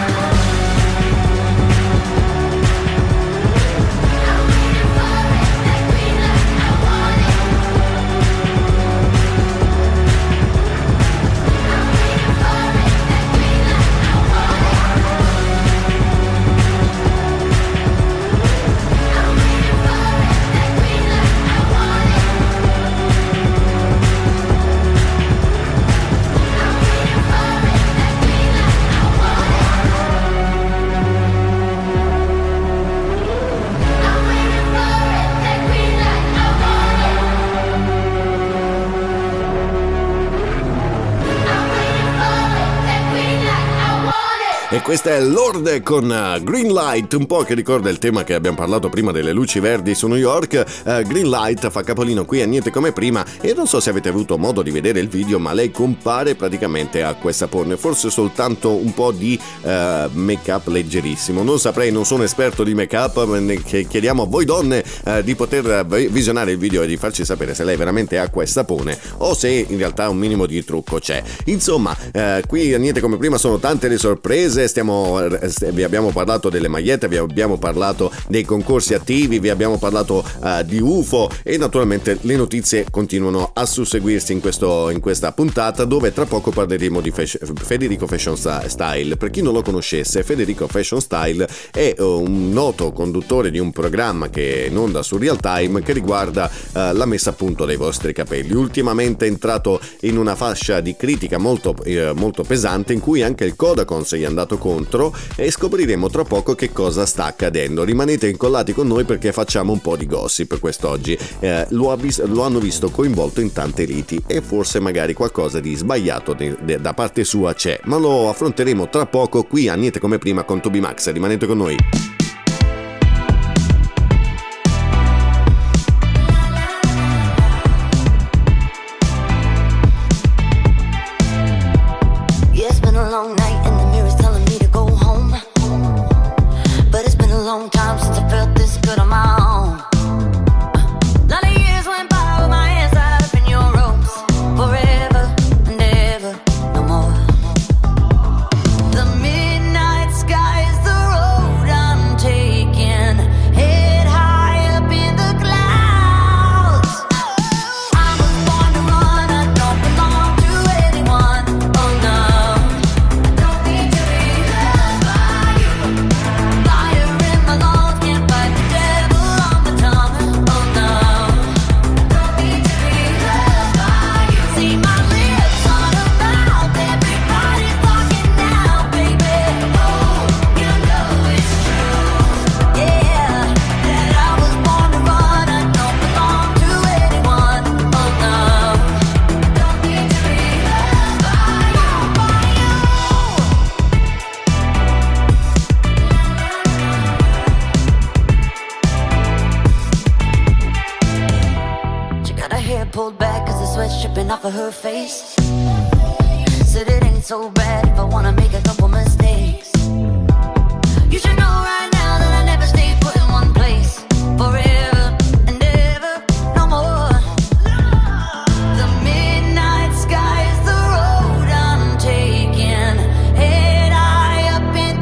I'm waiting for it, that green light. I want it. I'm waiting for it, that green light. I want it. I'm waiting for it, that green light. I want it. E questa è Lorde con uh, Green Light, un po' che ricorda il tema che abbiamo parlato prima delle luci verdi su New York. uh, Green Light fa capolino qui a Niente Come Prima, e non so se avete avuto modo di vedere il video, ma lei compare praticamente acqua e sapone, forse soltanto un po' di uh, make up leggerissimo, non saprei, non sono esperto di make up, che chiediamo a voi donne uh, di poter visionare il video e di farci sapere se lei è veramente acqua e sapone o se in realtà un minimo di trucco c'è. Insomma, uh, qui a Niente Come Prima sono tante le sorprese. Stiamo, vi abbiamo parlato delle magliette, vi abbiamo parlato dei concorsi attivi, vi abbiamo parlato uh, di U F O, e naturalmente le notizie continuano a susseguirsi in, questo, in questa puntata, dove tra poco parleremo di Fashion, Federico Fashion Style. Per chi non lo conoscesse, Federico Fashion Style è uh, un noto conduttore di un programma che è in onda su Real Time, che riguarda uh, la messa a punto dei vostri capelli. Ultimamente è entrato in una fascia di critica molto, uh, molto pesante, in cui anche il Kodakons gli è andato contro, e scopriremo tra poco che cosa sta accadendo. Rimanete incollati con noi perché facciamo un po' di gossip quest'oggi. Eh, lo, ha vis- lo hanno visto coinvolto in tante liti, e forse magari qualcosa di sbagliato de- de- da parte sua c'è, ma lo affronteremo tra poco qui a Niente Come Prima con Toby Max. Rimanete con noi. Yeah, it's been a long night and the mirror's telling me to go home, but it's been a long time since I felt this good on my own. Lot of years went by with my hands tied up in your ropes, forever and ever, no more. The midnight sky is the road I'm taking, head high up in the clouds. I was born to run, I don't belong to anyone, oh no. Don't need to be loved by you. Fire in my lungs, can't fight the devil on my tongue, oh no. Don't need to be loved by you. See my lips on a mouth, everybody's talking now, baby. Oh, you know it's true, yeah, that I was born to run, I don't belong to anyone, oh no. Don't need to be loved by you, by you. She got her hair pulled back cause the sweat's dripping off of her face. Said it ain't so bad if I wanna make a couple mistakes. You should know right now that I never stay put in one place forever and ever, no more. The midnight sky is the road I'm taking, head high up in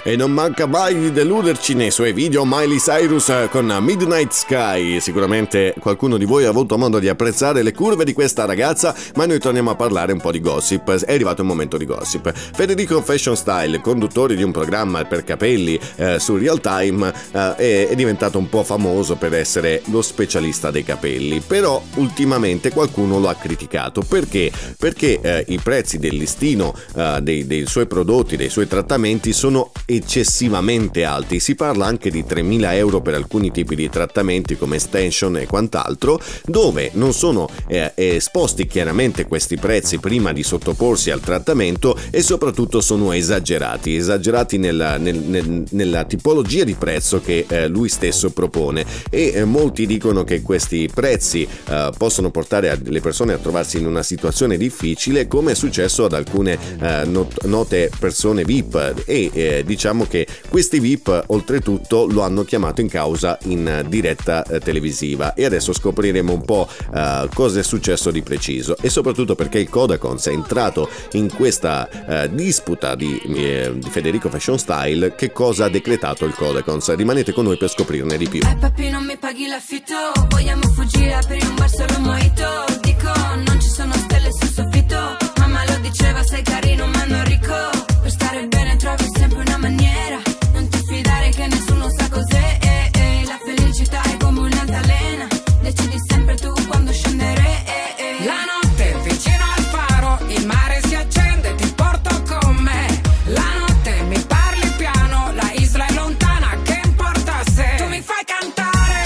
E non manca mai di deluderci nei suoi video Miley Cyrus con Midnight Sky. Sicuramente qualcuno di voi ha avuto modo di apprezzare le curve di questa ragazza, ma noi torniamo a parlare un po' di gossip. È arrivato il momento di gossip. Federico Fashion Style, conduttore di un programma per capelli eh, su Real Time, eh, è, è diventato un po' famoso per essere lo specialista dei capelli, però ultimamente qualcuno lo ha criticato. Perché? Perché eh, i prezzi del listino eh, dei, dei suoi prodotti, dei suoi trattamenti sono eccessivamente alti. Si parla anche di tremila euro per alcuni tipi di trattamenti come extension e quant'altro, dove non sono eh, esposti chiaramente questi prezzi prima di sottoporsi al trattamento, e soprattutto sono esagerati esagerati nella, nel, nel, nella tipologia di prezzo che eh, lui stesso propone, e eh, molti dicono che questi prezzi eh, possono portare le persone a trovarsi in una situazione difficile, come è successo ad alcune eh, not- note persone V I P, e eh, diciamo che questi V I P oltretutto lo hanno chiamato in causa in diretta eh, televisiva, e adesso scopriremo un po' eh, cosa è successo di preciso, e soprattutto perché il Kodakons è entrato in questa eh, disputa di, eh, di Federico Fashion Style. Che cosa ha decretato il Kodakons? Rimanete con noi per scoprirne di più. Eh papi, non mi paghi l'affitto, vogliamo fuggire a aprire un bar solo mojito. Dico, non ci sono stelle sul soffitto, mamma lo diceva, sei carino ma non ricco. Per stare bene trovi sempre una maniera, non ti fidare che nessuno sa cos'è. eh, eh. La felicità è come un'altalena, decidi sempre tu quando scendere. eh, eh. La notte vicino al faro, il mare si accende, ti porto con me. La notte mi parli piano, la isla è lontana, che importa se tu mi fai cantare.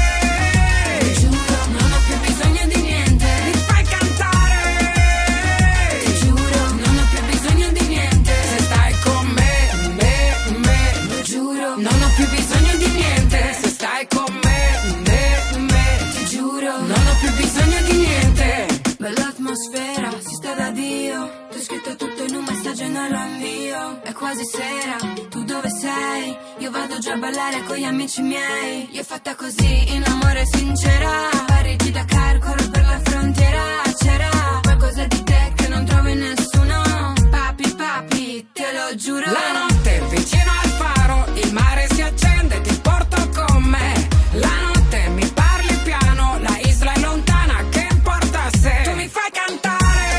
Ti giuro, non ho più bisogno di niente. Mi fai cantare. Ti giuro, non ho più bisogno di niente. Se stai con me, me, me, Lo giuro, non ho più bisogno di niente. Se stai con me, me, me, ti giuro, non ho più bisogno di niente. bella atmosfera, si sta da Dio. Ti ho scritto tutto in un messaggio e non lo invio. È quasi sera, tu dove sei? Io vado già a ballare con gli amici miei. Io fatta così, in amore sincera. Parigi da car, corro per la frontiera. C'era qualcosa di te che non trovo in nessuno. Papi, papi, te lo giuro. La notte vicino al faro, il mare si accende, ti porto con me. La notte mi parli piano, la isla è lontana, che importa se tu mi fai cantare.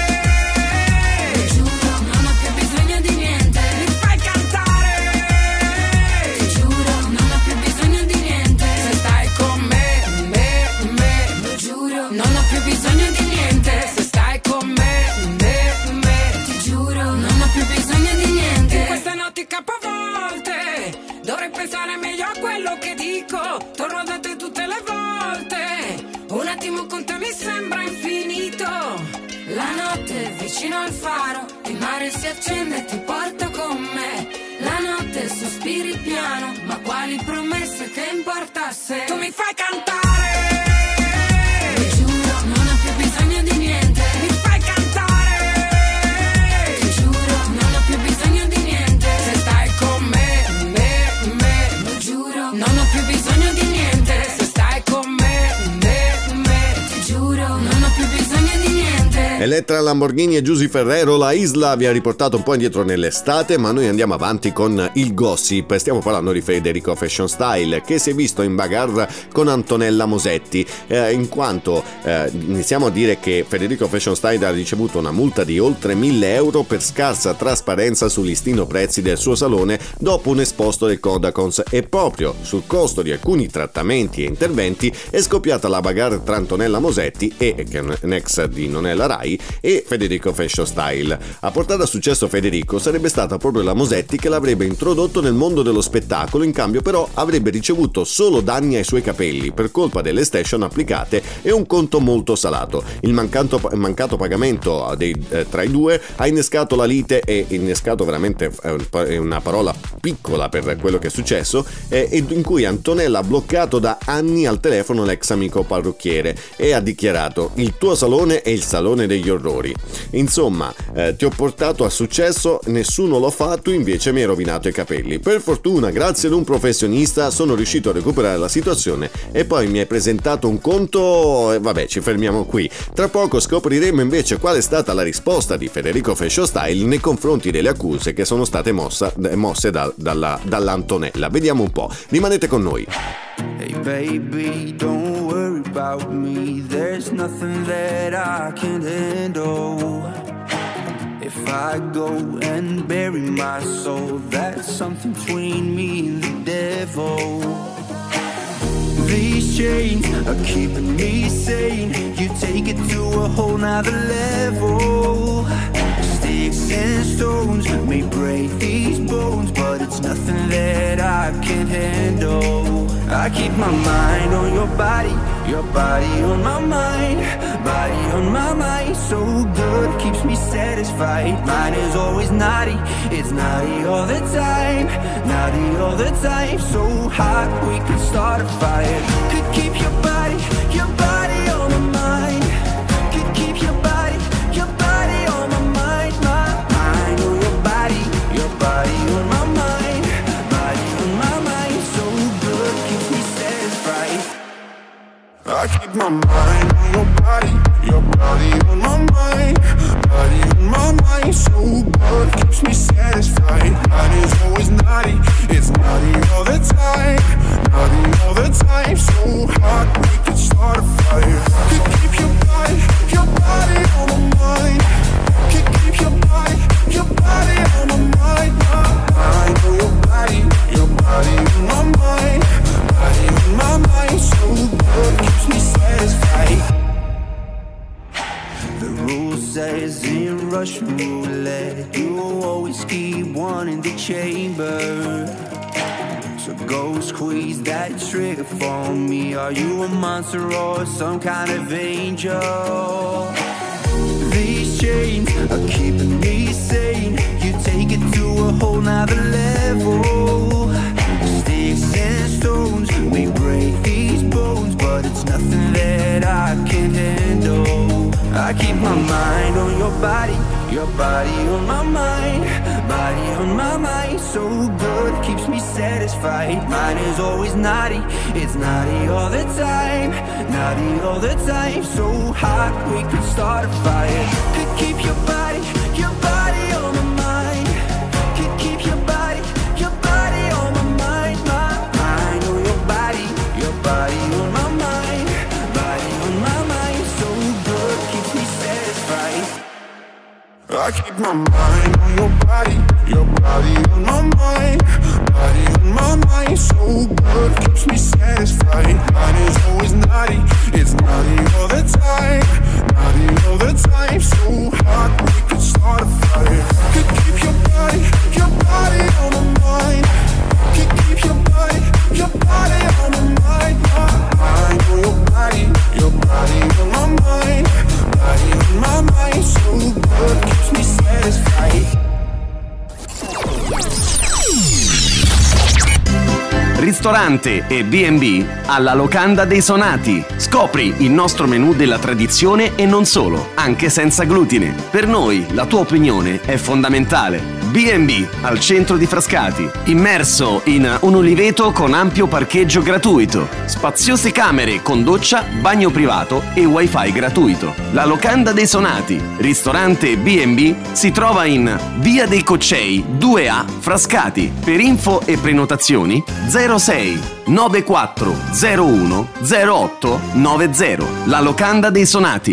Ti giuro, non ho più bisogno di niente. Mi fai cantare. Ti giuro, non ho più bisogno di niente. Se stai con me, me, me, Lo giuro, non ho più bisogno di niente. Se stai con me, me, me, ti giuro, non ho più bisogno di niente. in queste notti capovolte dovrei pensare meglio a quello che dico. Torno da te tutte le volte, un attimo con te mi sembra infinito. La notte vicino al faro, il mare si accende e ti porto con me. La notte sospiri piano, ma quali promesse, che importa se Tu mi fai cantare. Ti giuro, non ho più bisogno di niente. Mi fai cantare. Ti giuro, non ho più bisogno di niente. Se stai con me, me, me, Lo giuro, non ho più bisogno di niente. Se stai con me, me, me, ti giuro, non ho più bisogno di niente. Elettra Lamborghini e Giusy Ferrero, La Isla vi ha riportato un po' indietro nell'estate, ma noi andiamo avanti con il gossip. Stiamo parlando di Federico Fashion Style, che si è visto in bagarre con Antonella Mosetti, eh, in quanto eh, iniziamo a dire che Federico Fashion Style ha ricevuto una multa di oltre mille euro per scarsa trasparenza sul listino prezzi del suo salone dopo un esposto del Kodakons, e proprio sul costo di alcuni trattamenti e interventi è scoppiata la bagarre tra Antonella Mosetti, e, che è un ex di Nonella Rai, e Federico Fashion Style. A portare a successo Federico sarebbe stata proprio la Mosetti che l'avrebbe introdotto nel mondo dello spettacolo, in cambio però avrebbe ricevuto solo danni ai suoi capelli per colpa delle extension applicate e un conto molto salato. Il mancato, mancato pagamento dei, eh, tra i due ha innescato la lite, e innescato veramente è una parola piccola per quello che è successo, eh, in cui Antonella ha bloccato da anni al telefono l'ex amico parrucchiere e ha dichiarato: il tuo salone è il salone degli degli orrori. Insomma, eh, ti ho portato a successo, nessuno lo fa, tu invece mi hai rovinato i capelli. Per fortuna, grazie ad un professionista, sono riuscito a recuperare la situazione e poi mi hai presentato un conto e vabbè, ci fermiamo qui. Tra poco scopriremo invece qual è stata la risposta di Federico Fashion Style nei confronti delle accuse che sono state mossa, mosse da, dalla, dall'Antonella. Vediamo un po', rimanete con noi. Hey baby, don't worry about me. There's nothing that I can't handle. If I go and bury my soul, that's something between me and the devil. These chains are keeping me sane. You take it to a whole nother level. Sticks and stones may break these bones, but it's nothing that I can't handle. I keep my mind on your body, your body on my mind, body on my mind. So good, keeps me satisfied. Mine is always naughty, it's naughty all the time, naughty all the time. So hot, we could start a fire. Could keep your body, your body on my mind. Could keep your body, your body on my mind, my mind on your body, your body on my mind, body on my mind. So good, keeps me satisfied. I keep my mind on your body, your body on my mind, body on my mind. So good, keeps me satisfied. Mine is always naughty, it's naughty all the time, naughty all the time. So hot, we could start a fire. Could keep your body, your body on my mind. Could keep your body, your body on my mind. My mind on your body, your body on my mind, body on my mind. So good, keeps me satisfied. The rule says in Russian roulette, you always keep one in the chamber. So go squeeze that trigger for me. Are you a monster or some kind of angel? These chains are keeping me sane. You take it to a whole nother level. Sticks and stones may break these bones, but it's nothing that I can't handle. I keep my mind on your body, your body on my mind, body on my mind. So good, keeps me satisfied. Mine is always naughty, it's naughty all the time, naughty all the time. So hot, we could start a fire. Could keep your body, your body on my mind. Could keep your body, your body on my mind. My mind on your body, your body on my mind, body on my mind. So good, keeps me satisfied. I keep my mind on your body, your body on my mind, body on my mind. So good, keeps me satisfied. Mine is always naughty, it's naughty all the time, naughty all the time. So hot, we could start a fire. Could keep your body, your body on my mind. Could keep your body, your body on my mind. My mind on your body, your body on my mind, body on my mind. So good, keeps me satisfied. Ristorante e bi e bi alla Locanda dei Sonati. Scopri il nostro menù della tradizione e non solo, anche senza glutine. Per noi la tua opinione è fondamentale. bi e bi al centro di Frascati, immerso in un uliveto con ampio parcheggio gratuito, spaziose camere con doccia, bagno privato e wifi gratuito. La Locanda dei Sonati, ristorante bi e bi, si trova in via dei Coccei due A Frascati. Per info e prenotazioni zero sei nove quattro zero uno zero otto nove zero. La Locanda dei Sonati.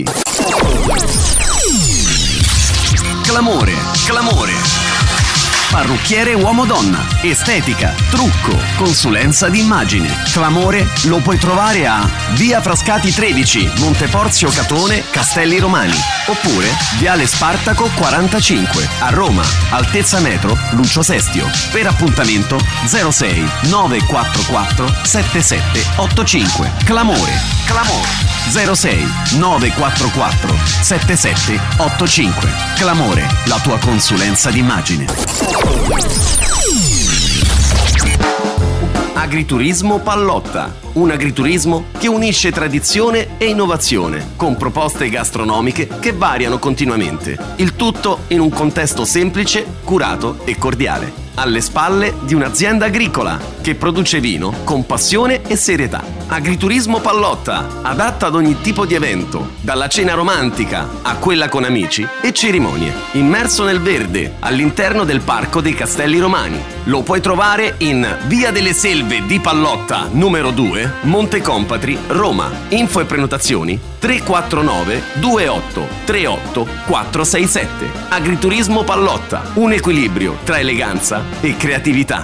Clamore, clamore. Parrucchiere uomo-donna, estetica, trucco, consulenza d'immagine. Clamore lo puoi trovare a via Frascati tredici, Monteporzio Catone, Castelli Romani, oppure viale Spartaco quarantacinque a Roma, altezza metro Lucio Sestio. Per appuntamento zero sei nove quattro quattro sette sette otto cinque. Clamore, clamore. zero sei nove quattro quattro sette sette otto cinque. Clamore, la tua consulenza d'immagine. Agriturismo Pallotta, un agriturismo che unisce tradizione e innovazione, con proposte gastronomiche che variano continuamente. Il tutto in un contesto semplice, curato e cordiale, alle spalle di un'azienda agricola che produce vino con passione e serietà. Agriturismo Pallotta, adatta ad ogni tipo di evento, dalla cena romantica a quella con amici e cerimonie. Immerso nel verde, all'interno del Parco dei Castelli Romani. Lo puoi trovare in Via delle Selve di Pallotta, numero due, Monte Compatri, Roma. Info e prenotazioni tre quattro nove due otto tre otto quattro sei sette. Agriturismo Pallotta, un equilibrio tra eleganza e creatività.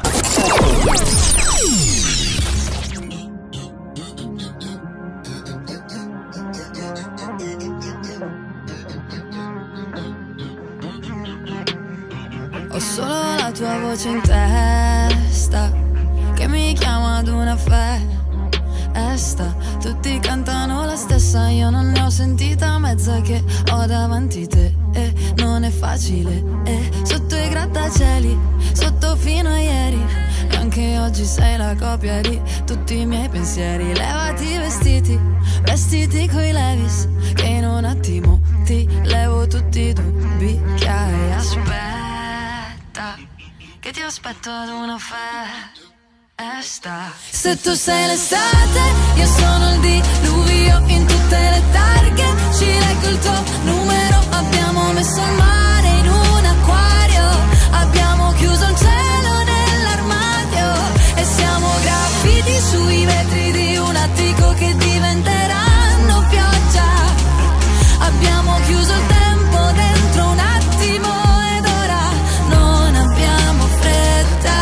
Ho solo la tua voce in testa che mi chiama ad una festa. Tutti cantano la stessa, io non ne ho sentita mezza che ho davanti te. E non è facile, e sotto i grattacieli, sotto fino a ieri. E anche oggi sei la copia di tutti i miei pensieri. Levati i vestiti, vestiti coi Levis, che in un attimo ti levo tutti i dubbi che hai. Aspetta, che ti aspetto ad una festa. Se tu sei l'estate, io sono il diluvio in tutte le targhe. Ci leggo il tuo numero, abbiamo messo il mare in un acquario. Abbiamo chiuso il cielo nell'armadio e siamo graffiti sui vetri di un attico che diventeranno pioggia. Abbiamo chiuso il tempo dentro un attimo ed ora non abbiamo fretta.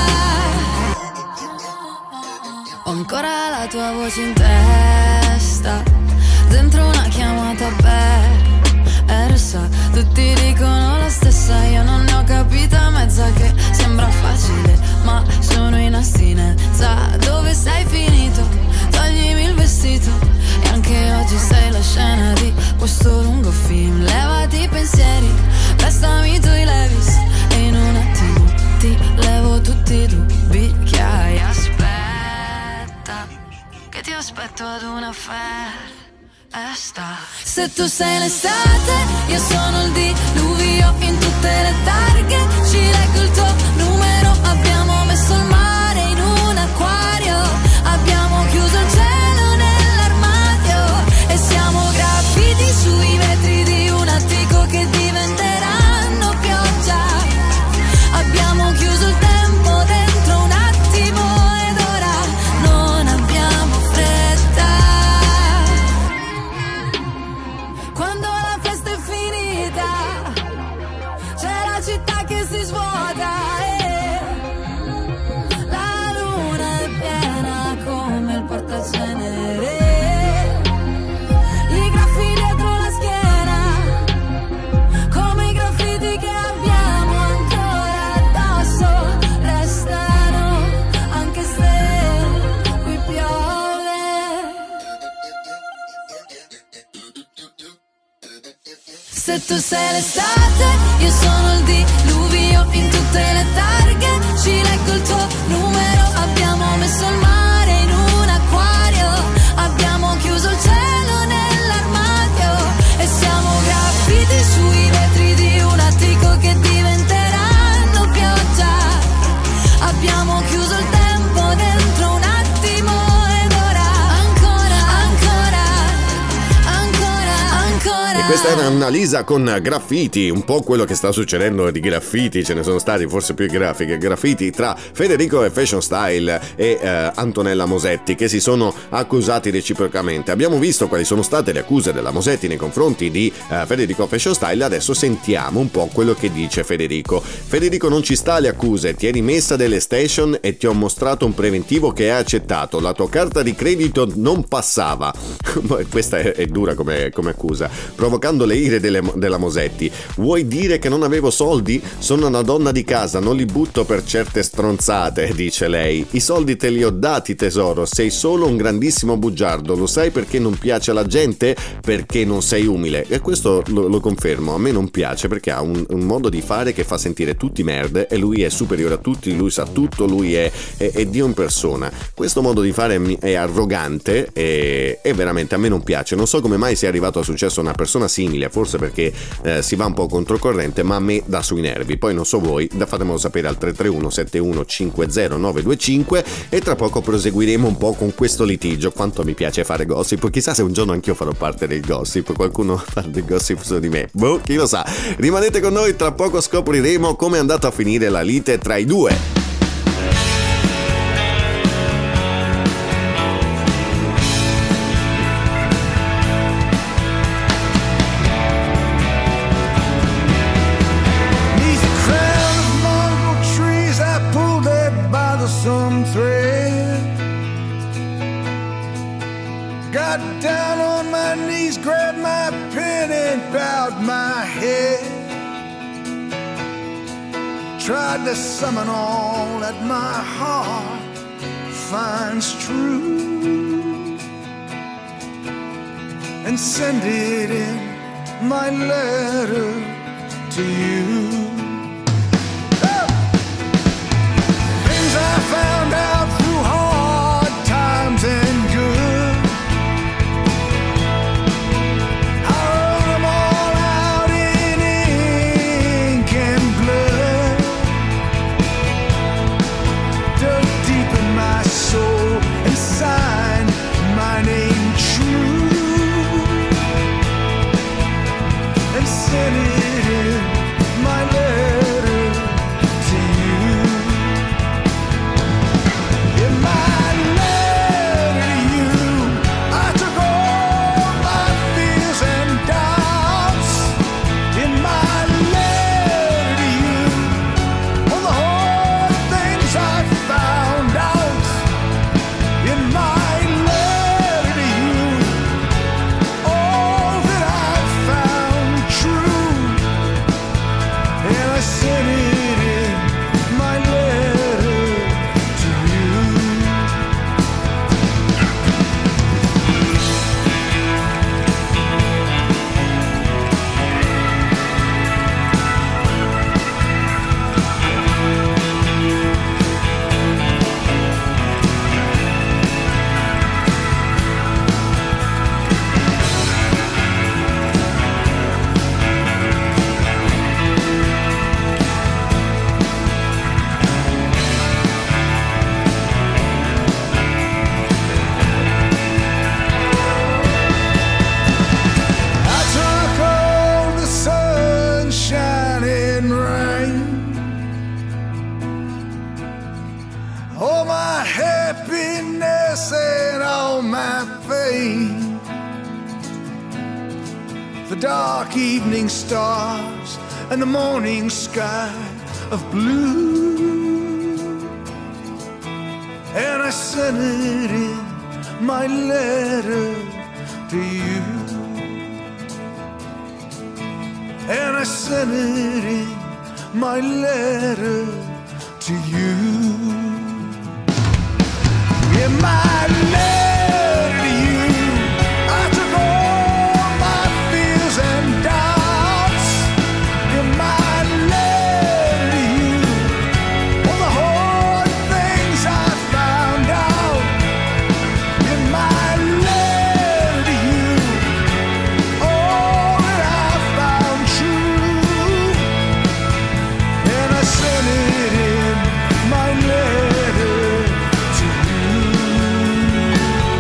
Ho ancora la tua voce in testa, dentro una chiamata persa. Tutti dicono la stessa, io non ne ho capita mezza, che sembra facile ma sono in astinenza. Dove sei finito? Toglimi il vestito. E anche oggi sei la scena di questo lungo film. Levati i pensieri, prestami i tuoi Levis e in un attimo ti levo tutti i dubbi che hai. Aspetta, che ti aspetto ad una festa. Se tu sei l'estate, io sono il diluvio in tutte le targhe. Ci leggo il tuo numero, abbiamo messo il mare in un acquario. Abbiamo chiuso il cielo nell'armadio e siamo graffiti sui vetri di un attico che diventeranno pioggia. Abbiamo chiuso il tempo dentro un attimo ed ora non abbiamo fretta. Quando la festa è finita, c'è la città che si svuota e la luna è piena come il portacenere. I graffi dietro la schiena, come i graffiti che abbiamo ancora addosso, restano anche se qui piove. Se tu sei l'estate, io sono il diluvio in tutte le targhe. Ci leggo il tuo numero, abbiamo messo il mare in un acquario. Abbiamo chiuso il cielo nell'armadio e siamo graffiti sui vetri di un attico che diventeranno pioggia. Abbiamo chiuso il tempo dentro un attimo ed ora ancora, ancora, ancora, ancora. E questa era Annalisa con Graffiti, un po' quello che sta succedendo di graffiti, ce ne sono stati forse più grafiche, graffiti tra Federico e Fashion Style e eh, Antonella Mosetti, che si sono accusati reciprocamente. Abbiamo visto quali sono state le accuse della Mosetti nei confronti di eh, Federico Fashion Style, adesso sentiamo un po' quello che dice Federico. Federico: non ci sta le accuse, ti eri messa delle station e ti ho mostrato un preventivo che hai accettato, la tua carta di credito non passava. Questa è, è dura come, come accusa. Provo provocando le ire delle, della Mosetti. Vuoi dire che non avevo soldi? Sono una donna di casa, non li butto per certe stronzate, dice lei. I soldi te li ho dati, tesoro, sei solo un grandissimo bugiardo. Lo sai perché non piace alla gente? Perché non sei umile. E questo lo, lo confermo, a me non piace perché ha un, un modo di fare che fa sentire tutti merde e lui è superiore a tutti, lui sa tutto, lui è, è, è Dio in persona. Questo modo di fare è, è arrogante e, e veramente a me non piace. Non so come mai sia arrivato a successo a una persona simile, forse perché eh, si va un po' controcorrente, ma a me dà sui nervi. Poi non so voi, fatemelo sapere al tre tre uno sette uno cinque zero nove due cinque e tra poco proseguiremo un po' con questo litigio. Quanto mi piace fare gossip, chissà se un giorno anch'io farò parte del gossip, qualcuno fa del gossip su di me, boh, chi lo sa. Rimanete con noi, tra poco scopriremo come è andata a finire la lite tra i due. Some thread. Got down on my knees, grabbed my pen and bowed my head. Tried to summon all that my heart finds true and send it in my letter to you. I found out through hard times and good. I wrote them all out in ink and blood. Dug deep in my soul and signed my name true and sent it in my letter to you. Dark evening stars and the morning sky of blue, and I sent it in my letter to you, and I sent it in my letter to you. In my letter to you, I took all my fears and doubts. In my letter to you, all the hard things I found out. In my letter to you, all that I found true, and I sent it in my letter to you.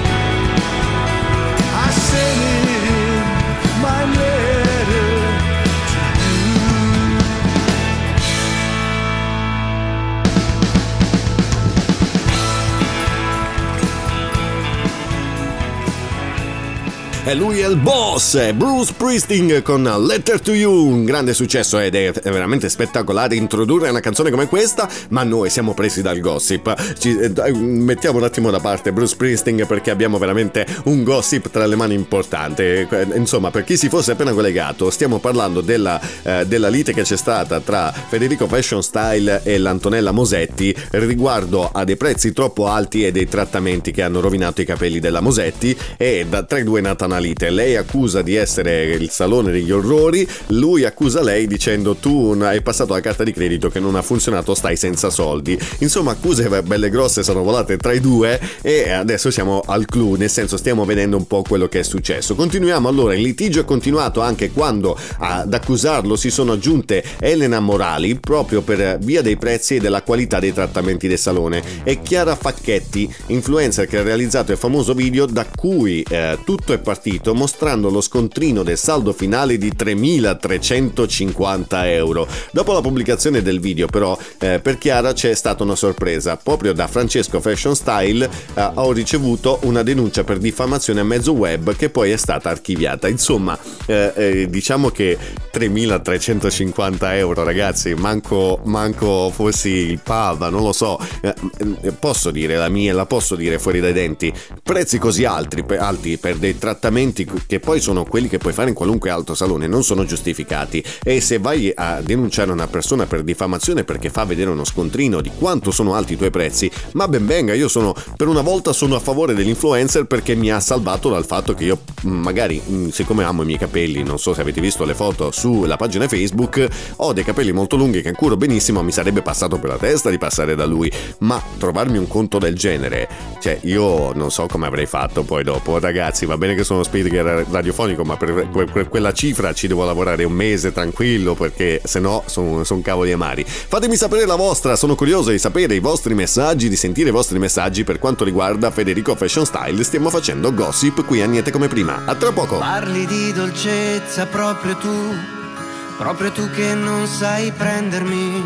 e lui è il boss, Bruce Springsteen con Letter to You, un grande successo ed è veramente spettacolare introdurre una canzone come questa, ma noi siamo presi dal gossip. Ci, eh, mettiamo un attimo da parte Bruce Springsteen perché abbiamo veramente un gossip tra le mani importante. Insomma, per chi si fosse appena collegato, stiamo parlando della, eh, della lite che c'è stata tra Federico Fashion Style e l'Antonella Mosetti riguardo a dei prezzi troppo alti e dei trattamenti che hanno rovinato i capelli della Mosetti, e da tra i due è nata una lite. Lei accusa di essere il salone degli orrori, lui accusa lei dicendo tu hai passato la carta di credito che non ha funzionato, stai senza soldi. Insomma, accuse belle grosse sono volate tra i due e adesso siamo al clou, nel senso stiamo vedendo un po' quello che è successo. Continuiamo allora, il litigio è continuato anche quando ad accusarlo si sono aggiunte Elena Morali proprio per via dei prezzi e della qualità dei trattamenti del salone, e Chiara Facchetti, influencer che ha realizzato il famoso video da cui eh, tutto è partito, mostrando lo scontrino del saldo finale di tremilatrecentocinquanta euro. Dopo la pubblicazione del video però eh, per Chiara c'è stata una sorpresa. Proprio da Francesco Fashion Style eh, ho ricevuto una denuncia per diffamazione a mezzo web che poi è stata archiviata. Insomma eh, eh, diciamo che tremilatrecentocinquanta euro, ragazzi, manco, manco fossi il Pava, non lo so, eh, eh, posso dire la mia, la posso dire fuori dai denti, prezzi così alti per, alti per dei trattamenti che poi sono quelli che puoi fare in qualunque altro salone non sono giustificati. E se vai a denunciare una persona per diffamazione perché fa vedere uno scontrino di quanto sono alti i tuoi prezzi, ma ben venga, io sono per una volta sono a favore dell'influencer perché mi ha salvato dal fatto che io magari, siccome amo i miei capelli, non so se avete visto le foto sulla pagina Facebook, ho dei capelli molto lunghi che curo benissimo, mi sarebbe passato per la testa di passare da lui, ma trovarmi un conto del genere, cioè io non so come avrei fatto poi dopo. Ragazzi, va bene che sono speaker radiofonico, ma per, per quella cifra ci devo lavorare un mese tranquillo, perché se no sono son cavoli amari. Fatemi sapere la vostra, sono curioso di sapere i vostri messaggi, di sentire i vostri messaggi per quanto riguarda Federico Fashion Style. Stiamo facendo gossip qui a Niente Come Prima. A tra poco. Parli di dolcezza proprio tu, proprio tu che non sai prendermi.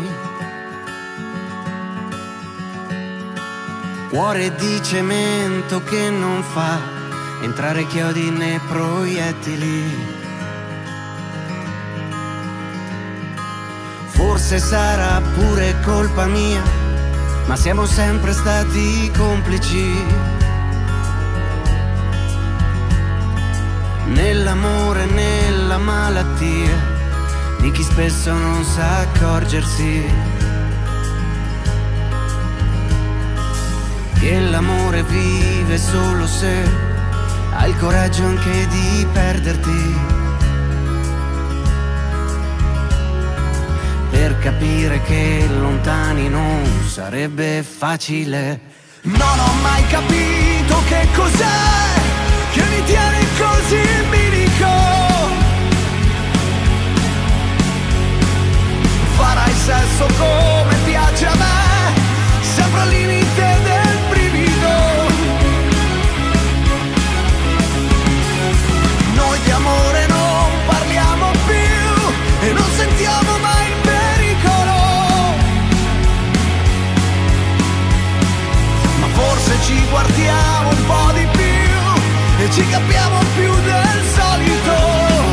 Cuore di cemento che non fa entrare chiodi né proiettili. Forse sarà pure colpa mia, ma siamo sempre stati complici. Nell'amore e nella malattia di chi spesso non sa accorgersi che l'amore vive solo se hai il coraggio anche di perderti, per capire che lontani non sarebbe facile. Non ho mai capito che cos'è che mi tiene così in bilico. Farai sesso come piace a me, sempre al limite del brivido. Noi di amore non parliamo più e non sentiamo mai il pericolo, ma forse ci guardiamo un po' di più e ci capiamo più del solito.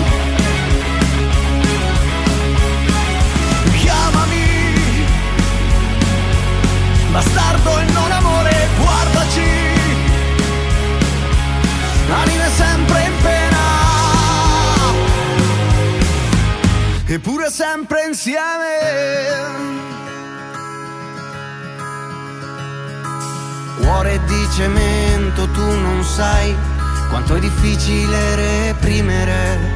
Chiamami bastardo e non amore, guardaci, anime sempre in pena, eppure sempre insieme. Cuore di cemento, tu non sai quanto è difficile reprimere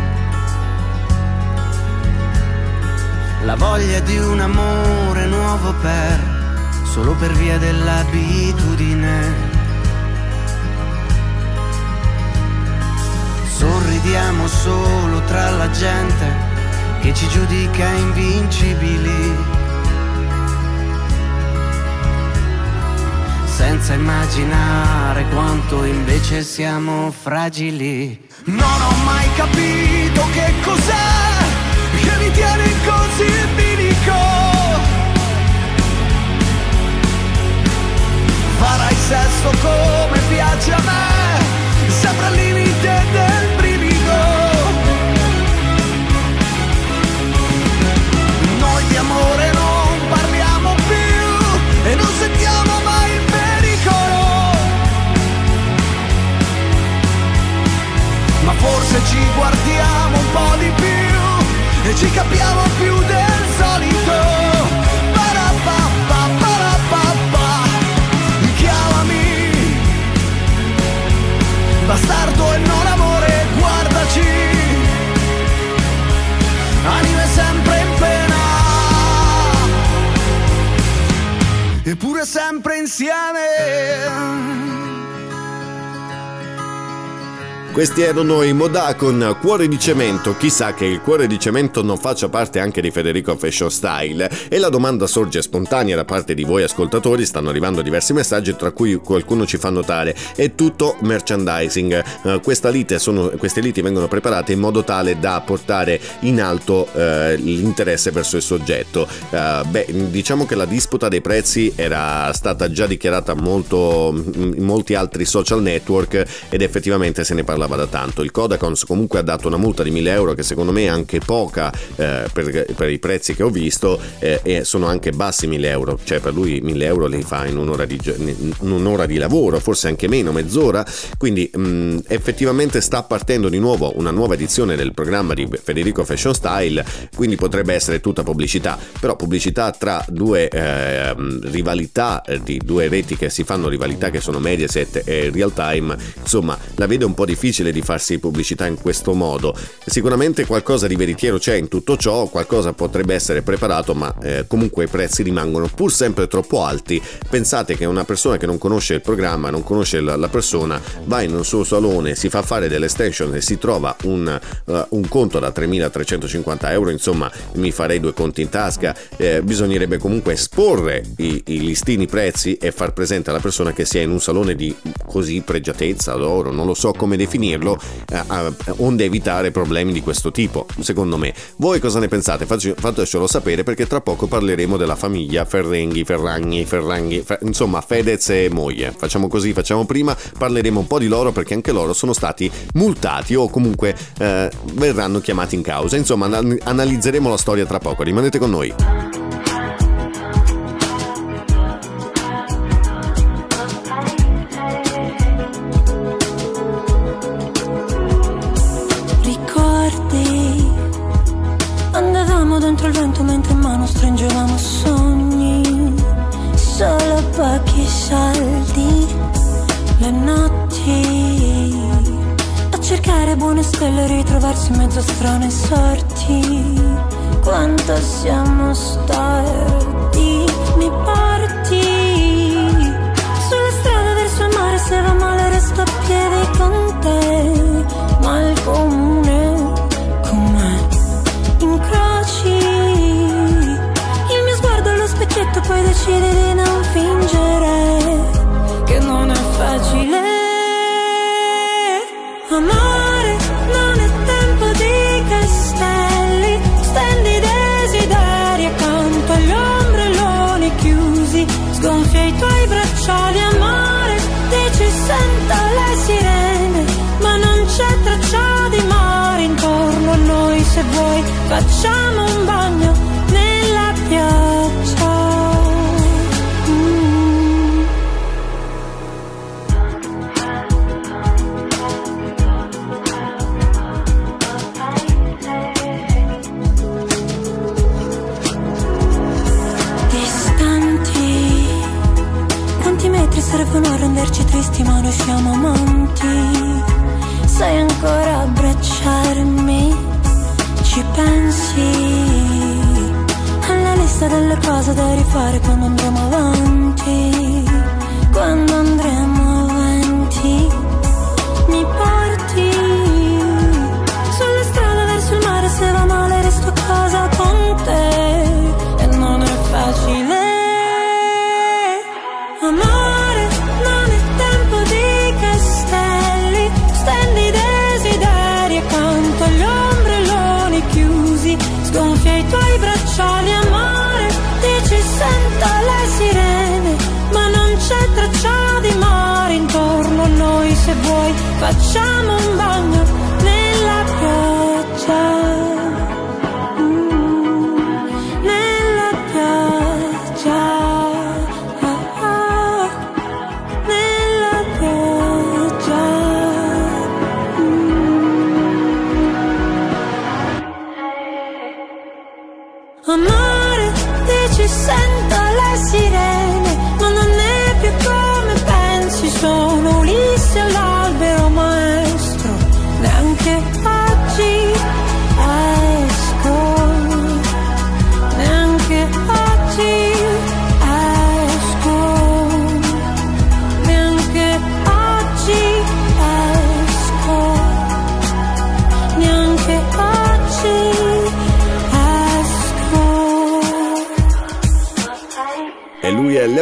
la voglia di un amore nuovo per solo per via dell'abitudine. Sorridiamo solo tra la gente che ci giudica invincibili, senza immaginare quanto invece siamo fragili. Non ho mai capito che cos'è che mi tiene così in bilico. Farai sesso come piace a me, sempre al limite del forse ci guardiamo un po' di più e ci capiamo più del solito. Parapappa, parapappa, chiamami bastardo e non amore, guardaci, anime sempre in pena, eppure sempre insieme. Questi erano i Modà con Cuore di Cemento. Chissà che il Cuore di Cemento non faccia parte anche di Federico Fashion Style. E la domanda sorge spontanea da parte di voi ascoltatori. Stanno arrivando diversi messaggi, tra cui qualcuno ci fa notare: è tutto merchandising. Uh, questa lite sono, queste liti vengono preparate in modo tale da portare in alto uh, l'interesse verso il soggetto. Uh, beh, diciamo che la disputa dei prezzi era stata già dichiarata molto in molti altri social network ed effettivamente se ne parla da tanto. Il Kodakons comunque ha dato una multa di mille euro che secondo me è anche poca eh, per, per i prezzi che ho visto eh, e sono anche bassi mille euro, cioè per lui mille euro li fa in un'ora di, in un'ora di lavoro, forse anche meno, mezz'ora, quindi mh, effettivamente sta partendo di nuovo una nuova edizione del programma di Federico Fashion Style, quindi potrebbe essere tutta pubblicità, però pubblicità tra due eh, rivalità eh, di due reti che si fanno rivalità, che sono Mediaset e Real Time, insomma la vedo un po' difficile di farsi pubblicità in questo modo. Sicuramente qualcosa di veritiero c'è in tutto ciò, qualcosa potrebbe essere preparato, ma eh, comunque i prezzi rimangono pur sempre troppo alti. Pensate che una persona che non conosce il programma, non conosce la, la persona, va in un suo salone, si fa fare delle extension e si trova un, uh, un conto da tremilatrecentocinquanta euro, insomma mi farei due conti in tasca. Eh, bisognerebbe comunque esporre i, i listini prezzi e far presente alla persona che sia in un salone di così pregiatezza, d'oro, non lo so come definirlo, eh, onde evitare problemi di questo tipo, secondo me. Voi cosa ne pensate? Fatecelo sapere, perché tra poco parleremo della famiglia Ferrenghi, Ferragni, Ferranghi, Fer... insomma Fedez e moglie. Facciamo così, facciamo prima, parleremo un po' di loro perché anche loro sono stati multati o comunque eh, verranno chiamati in causa. Insomma, analizzeremo la storia tra poco, rimanete con noi. Dentro il vento mentre in mano stringevamo sogni, solo pochi soldi, le notti a cercare buone stelle, ritrovarsi in mezzo a strane sorti. Quanto siamo storti, mi porti sulla strada verso il mare, se va male resto a piedi con te, ma il comune con me incroci il mio sguardo allo specchietto, poi decidi di non fingere che non è facile amare, non è tempo di castelli, stendi desideri accanto agli ombrelloni chiusi, sgonfia i tuoi bracciali, amore, dici sento le sirene, ma non c'è traccia di mare intorno a noi, se vuoi facciamo un bagno nella pioggia. Mm. Distanti, quanti metri servono a renderci tristi, ma noi siamo amanti. Sai ancora abbracciarmi? Ci pensi alla lista delle cose da rifare quando andremo avanti, quando andremo avanti. Mi porti sulla strada verso il mare, se va male resto a casa con te e non è facile amare, non è tempo di castelli, stendi desideri accanto agli ombrelloni chiusi, sgonfia i tuoi bracciali, amore, dici sento le sirene, ma non c'è traccia di mare intorno a noi, se vuoi facciamo un bagno nella pioggia.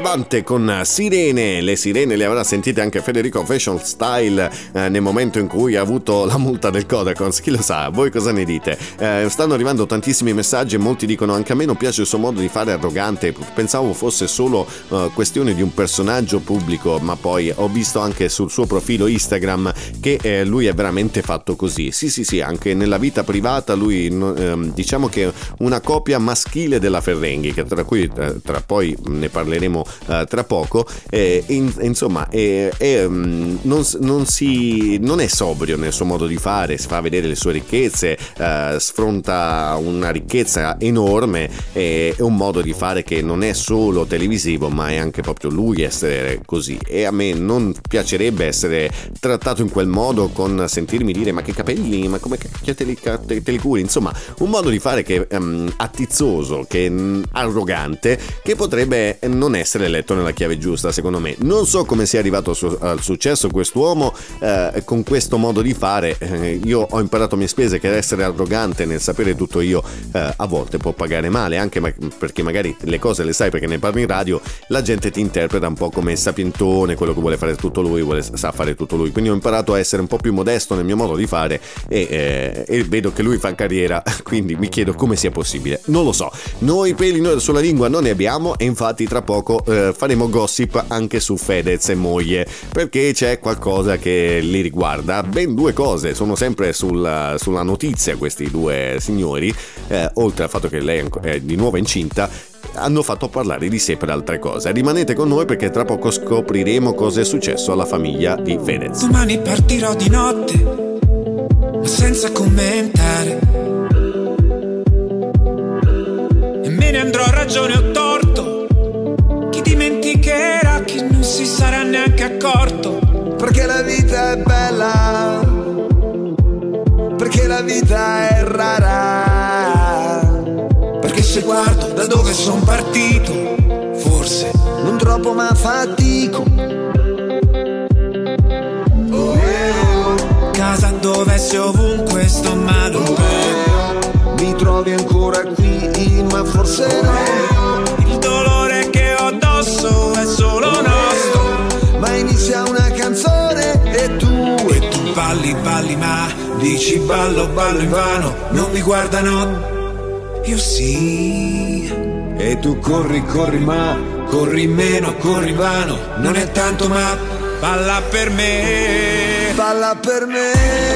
Bramante con Sirene. Le sirene le avrà sentite anche Federico Fashion Style eh, nel momento in cui ha avuto la multa del Codacons, chi lo sa, voi cosa ne dite? Eh, stanno arrivando tantissimi messaggi e molti dicono anche a me non piace il suo modo di fare arrogante, pensavo fosse solo uh, questione di un personaggio pubblico, ma poi ho visto anche sul suo profilo Instagram che eh, lui è veramente fatto così. Sì sì sì, anche nella vita privata lui no, ehm, diciamo che è una copia maschile della Ferrenghi, che tra cui eh, tra poi ne parleremo uh, tra poco. Eh, in, insomma eh, eh, non, non, si, non è sobrio nel suo modo di fare, si fa vedere le sue ricchezze, eh, sfronta una ricchezza enorme, eh, è un modo di fare che non è solo televisivo ma è anche proprio lui essere così, e a me non piacerebbe essere trattato in quel modo, con sentirmi dire ma che capelli, ma come cacchio te li, te, te li curi, insomma un modo di fare che um, attizzoso, che um, arrogante, che potrebbe non essere letto nella chiave giusta secondo me. Non so come sia arrivato su, al successo quest'uomo eh, con questo modo di fare. Eh, io ho imparato a mie spese che essere arrogante nel sapere tutto io eh, a volte può pagare male, anche ma- perché magari le cose le sai perché ne parli in radio, la gente ti interpreta un po' come sapientone, quello che vuole fare tutto lui, vuole sa fare tutto lui, quindi ho imparato a essere un po' più modesto nel mio modo di fare e, eh, e vedo che lui fa carriera, quindi mi chiedo come sia possibile, non lo so. Noi peli noi sulla lingua non ne abbiamo e infatti tra poco eh, faremo gossip anche su Fedez e moglie, perché c'è qualcosa che li riguarda, ben due cose, sono sempre sulla, sulla notizia questi due signori, eh, oltre al fatto che lei è di nuovo incinta, hanno fatto parlare di sé per altre cose. Rimanete con noi perché tra poco scopriremo cosa è successo alla famiglia di Fedez. Domani partirò di notte, ma senza commentare, e me ne andrò a ragione o torto. Chi dimenticherà, chi non si sarà neanche accorto. Perché la vita è bella, perché la vita è rara, perché se guardo da dove son partito, forse non troppo ma fatico. Oh, yeah. Casa dove sei ovunque sto male un po'. Mi trovi ancora qui ma forse no. Il dolore che ho addosso è solo nostro, ma inizia una canzone e tu e tu balli balli ma dici ballo ballo invano. Non mi guardano, io sì. E tu corri, corri ma corri meno, corri vano. Non è tanto ma balla per me, balla per me,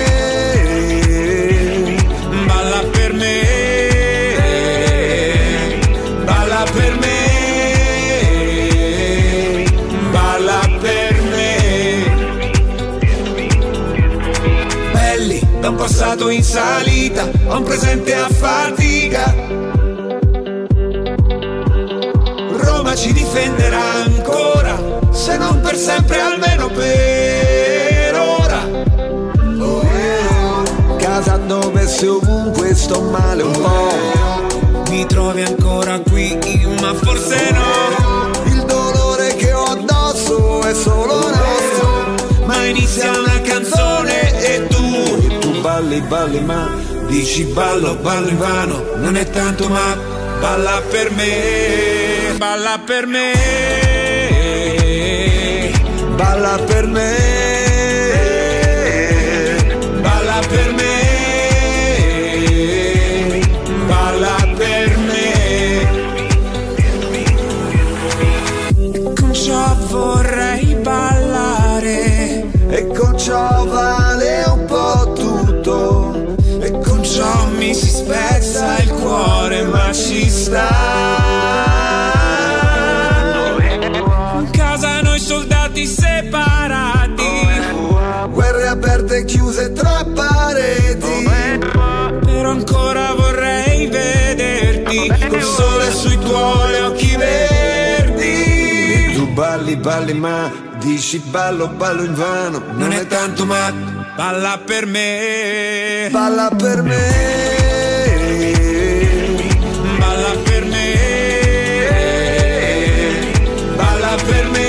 balla per me, balla per me, balla per me. Belli da un passato in salita a un presente a fatica. Roma ci difenderà ancora, se non per sempre almeno per ora. Oh, yeah. Casa dove sei ovunque sto male un po'. Mi trovi ancora qui ma forse no. Il dolore che ho addosso è solo nostro, ma inizia una canzone e tu e tu balli balli ma dici ballo ballo invano. Non è tanto ma balla per me, balla per me, balla per me, balla per me, balla per me. Con ciò vorrei ballare, e con ciò vale un po' tutto, e con ciò mi si spezza il cuore ma ci sta. In casa noi soldati separati, guerre aperte e chiuse tra pareti, però ancora vorrei vederti col sole sui tuoi occhi verdi. E tu balli balli ma dici ballo ballo invano. Non è tanto ma balla per me, balla per me, balla per me, balla per me,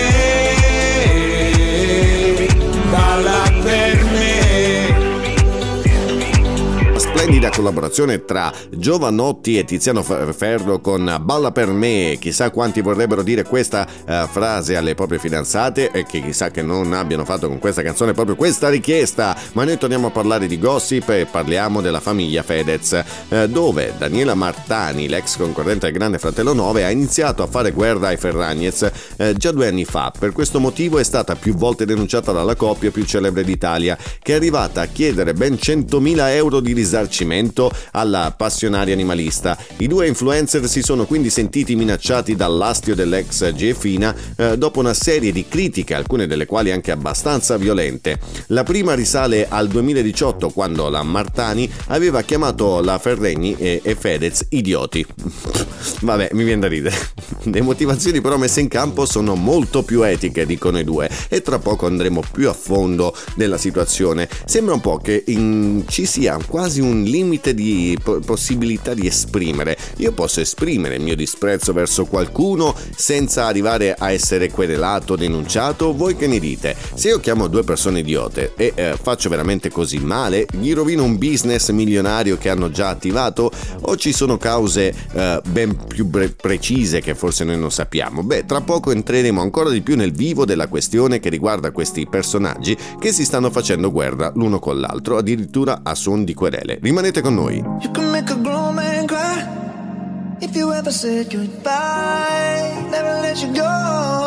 balla per me. splendida collaborazione tra Giovanotti e Tiziano Ferro con Balla per me. Chissà quanti vorrebbero dire questa uh, frase alle proprie fidanzate e che chissà che non abbiano fatto con questa canzone proprio questa richiesta. Ma noi torniamo a parlare di gossip e parliamo della famiglia Fedez, uh, dove Daniela Martani, l'ex concorrente del Grande Fratello nove, ha iniziato a fare guerra ai Ferragnez uh, già due anni fa. Per questo motivo è stata più volte denunciata dalla coppia più celebre d'Italia, che è arrivata a chiedere ben centomila euro di risarcimento alla passionaria animalista. I due influencer si sono quindi sentiti minacciati dall'astio dell'ex Gefina eh, dopo una serie di critiche, alcune delle quali anche abbastanza violente. La prima risale al duemiladiciotto, quando la Martani aveva chiamato la Ferragni e, e Fedez idioti. Vabbè, mi viene da ridere. Le motivazioni però messe in campo sono molto più etiche, dicono i due, e tra poco andremo più a fondo della situazione. Sembra un po' che in, ci sia quasi un limite di po- possibilità di esprimere. Io posso esprimere il mio disprezzo verso qualcuno senza arrivare a essere querelato, denunciato. Voi che ne dite? Se io chiamo due persone idiote e eh, faccio veramente così male, gli rovino un business milionario che hanno già attivato, o ci sono cause eh, ben più bre- precise che forse noi non sappiamo? Beh, tra poco entreremo ancora di più nel vivo della questione che riguarda questi personaggi che si stanno facendo guerra l'uno con l'altro, addirittura a suon di querele. Rimanete con noi. You can make a grown man cry if you ever said goodbye. Never let you go.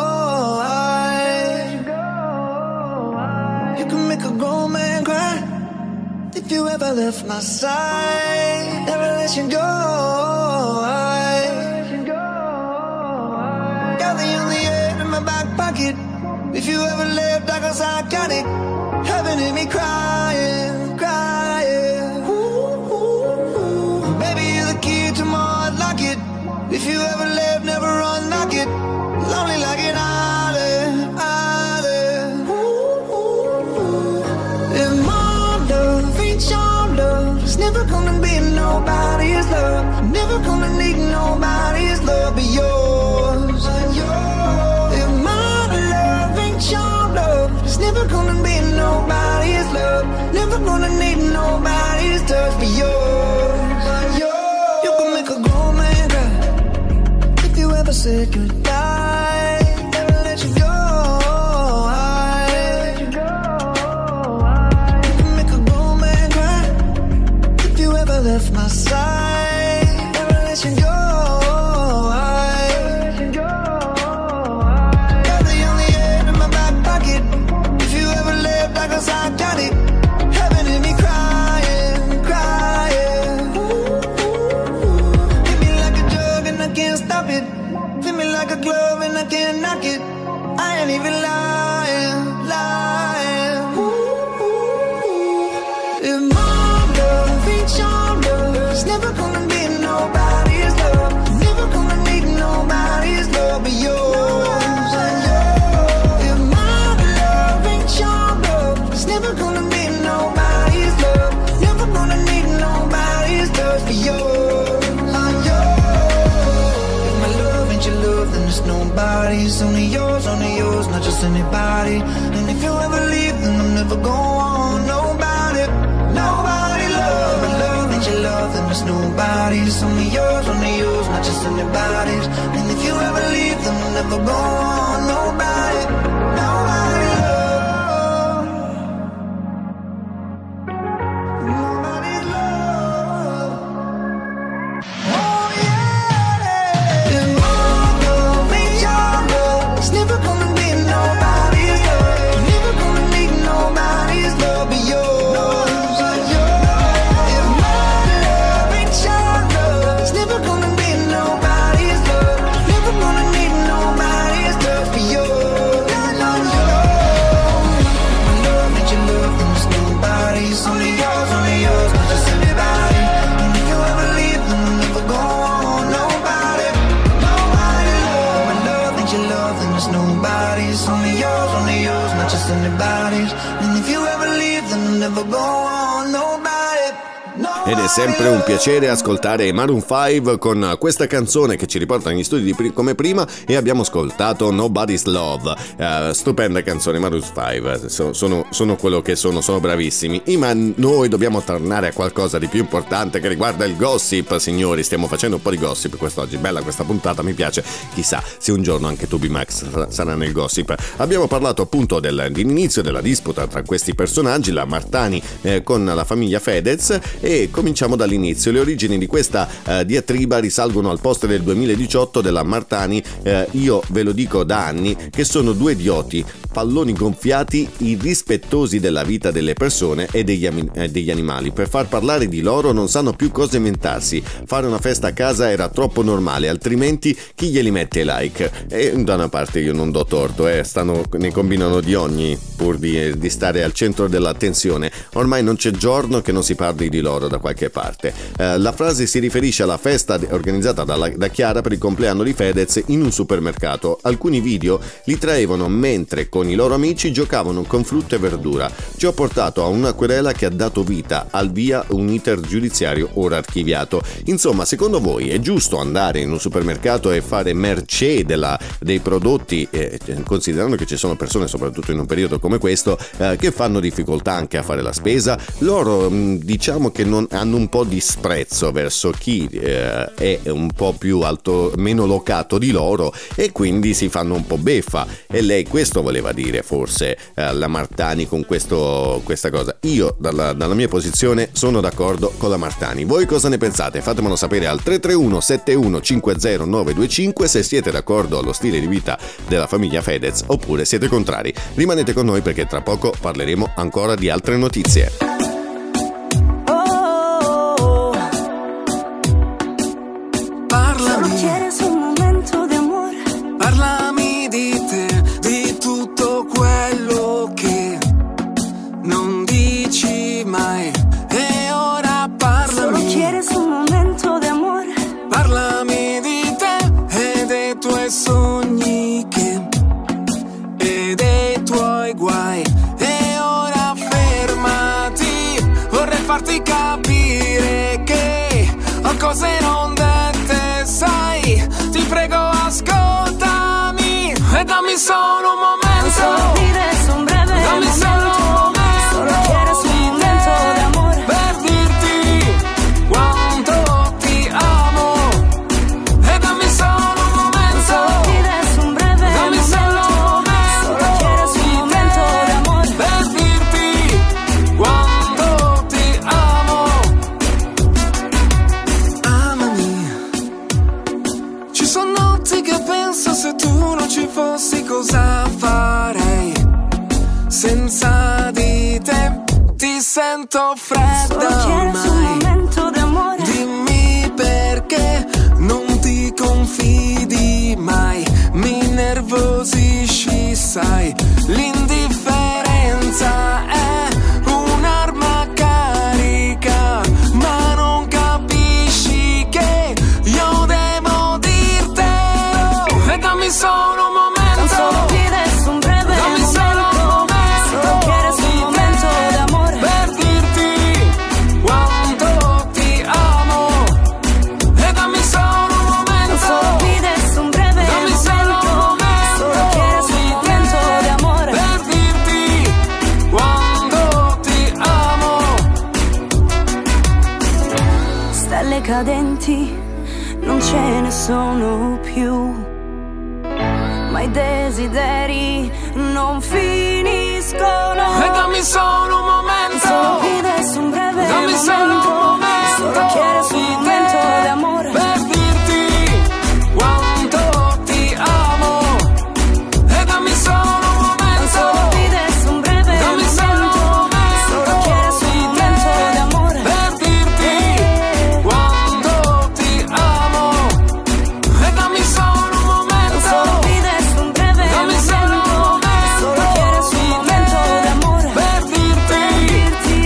You can make a grown man cry if you ever left my side. Never let you go. Got the only air in my back pocket. If you ever left, I guess I got it. Heaven in me crying, crying. Ooh, ooh, ooh. Baby, you're the key to my heart, lock it. If you ever left, never unlock it. Lonely like an island, island. Ooh, ooh, ooh. If my love ain't your love, it's never gonna be nobody's love. Never gonna need nobody's love but yours. If my love ain't your love, it's never gonna be nobody's love. Never gonna need nobody's touch but yours. You can make a grown man cry if you ever said goodbye. Never let you go. You can make a grown man cry if you ever left my side. Never let you go. Got the only air in my back pocket. If you ever left, I guess I got it. Heaven in me crying, crying. Ooh, ooh, ooh. Hit me like a drug and I can't stop it. Fit me like a glove and I can't knock it. I ain't even lying, lying. Ooh, ooh, ooh. If my love ain't your love, it's never gonna be nobody's love. Never gonna need nobody's love but yours. If my love ain't your love, it's never gonna be nobody's love. Never gonna need nobody's touch but yours. If my love ain't your love, then it's nobody's. Only yours, only yours, not just anybody. And if you ever leave, then I'm never gonna want nobody. Nobody love. My love ain't your love, then it's nobody's. Only yours, only yours, not just anybody's. And if you ever leave, then I'm never gonna want nobody. Nobody love. Nobody's love. Oh yeah. If my love ain't your love, it's never gonna be nobody's love. Never gonna need nobody's love but yours. If my love ain't your love, it's never gonna be nobody's love. Never gonna need nobody's touch but yours. My love ain't your love, then it's nobody's. Only yours, only yours, not just anybody. And if you ever leave, then I'm never gonna want nobody. Nobody love. My love ain't your love, then it's nobody's. Only yours, only yours, not just anybody's. And if you ever leave, then I'm never gonna want nobody. Nobody. Ed è sempre un piacere ascoltare Maroon cinque con questa canzone che ci riporta negli studi di pri- come prima, e abbiamo ascoltato Nobody's Love, uh, stupenda canzone. Maroon cinque so, sono, sono quello che sono, sono bravissimi, ma noi dobbiamo tornare a qualcosa di più importante che riguarda il gossip, signori. Stiamo facendo un po' di gossip quest'oggi, bella questa puntata, mi piace, chissà se un giorno anche Tubi Max sarà nel gossip. Abbiamo parlato appunto del, dell'inizio della disputa tra questi personaggi, la Martani eh, con la famiglia Fedez, e cominciamo dall'inizio. Le origini di questa eh, diatriba risalgono al post del duemiladiciotto della Martani. eh, io ve lo dico da anni che sono due idioti, palloni gonfiati, irrispettosi della vita delle persone e degli, ami- eh, degli animali. Per far parlare di loro non sanno più cosa inventarsi. Fare una festa a casa era troppo normale, altrimenti chi glieli mette like? E da una parte io non do torto, eh, stanno, ne combinano di ogni pur di, di stare al centro dell'attenzione. Ormai non c'è giorno che non si parli di loro da qualche parte. Eh, la frase si riferisce alla festa organizzata dalla, da Chiara per il compleanno di Fedez in un supermercato. Alcuni video li traevano mentre con i loro amici giocavano con frutta e verdura. Ci ho portato a una querela che ha dato vita al via un iter giudiziario ora archiviato. Insomma, secondo voi è giusto andare in un supermercato e fare mercé della, dei prodotti, eh, considerando che ci sono persone, soprattutto in un periodo come questo, eh, che fanno difficoltà anche a fare la spesa? Loro mh, diciamo che non hanno un po' di sprezzo verso chi eh, è un po' più alto, meno locato di loro, e quindi si fanno un po' beffa. E lei questo voleva dire forse, eh, la Martani, con questo, questa cosa. Io dalla, dalla mia posizione sono d'accordo con la Martani. Voi cosa ne pensate? Fatemelo sapere al tre tre uno sette uno cinque zero nove due cinque se siete d'accordo allo stile di vita della famiglia Fedez oppure siete contrari. Rimanete con noi perché tra poco parleremo ancora di altre notizie. Parlami, quieres un momento di amore. Parlami di te, di tutto quello che non dici mai. E ora parlami. Solo quieres un momento di amore. Parlami di te e dei tuoi sogni che e dei tuoi guai. E ora fermati, vorrei farti capire che ho cose non dette, sai. Ti prego ascoltami e dammi solo un momento. Solo pides un breve dammi momento. Solo un momento. Solo quieres un momento de amor. Per dirti quanto ti amo. E dammi solo un momento. Solo pides un breve dammi momento. Solo un momento. Solo quieres un momento de amor. Per dirti quanto ti amo. Amami. Ci sono notti che penso, se tu non ci fossi cosa farei. Senza di te ti sento fredda ormai. Dimmi perché non ti confidi mai. Mi nervosisci, sai. L'indifferenza è un'arma carica, ma non capisci che io devo dirtelo. E dammi solo un momento. Solo pides un breve dammi momento. Solo un momento. Solo quieres un momento de amor. Per dirti quanto ti amo. E dammi solo un momento. Solo pides un breve dammi momento. Solo un momento. Solo quieres un momento de amor. Per dirti quanto ti amo. Stelle cadenti non ce ne sono più, ma i desideri non finiscono. E dammi solo un momento. Solo pides un breve dammi momento. Solo un momento. Solo quieres un momento de amor. Per dirti quanto ti amo. E dammi solo un momento. Solo pides un breve dammi momento. Solo un momento. Solo quieres un momento de amor. Per dirti quanto ti amo. E dammi solo un momento. Solo pides un breve dammi momento. Solo un momento. Solo quieres un momento de amor. Per dirti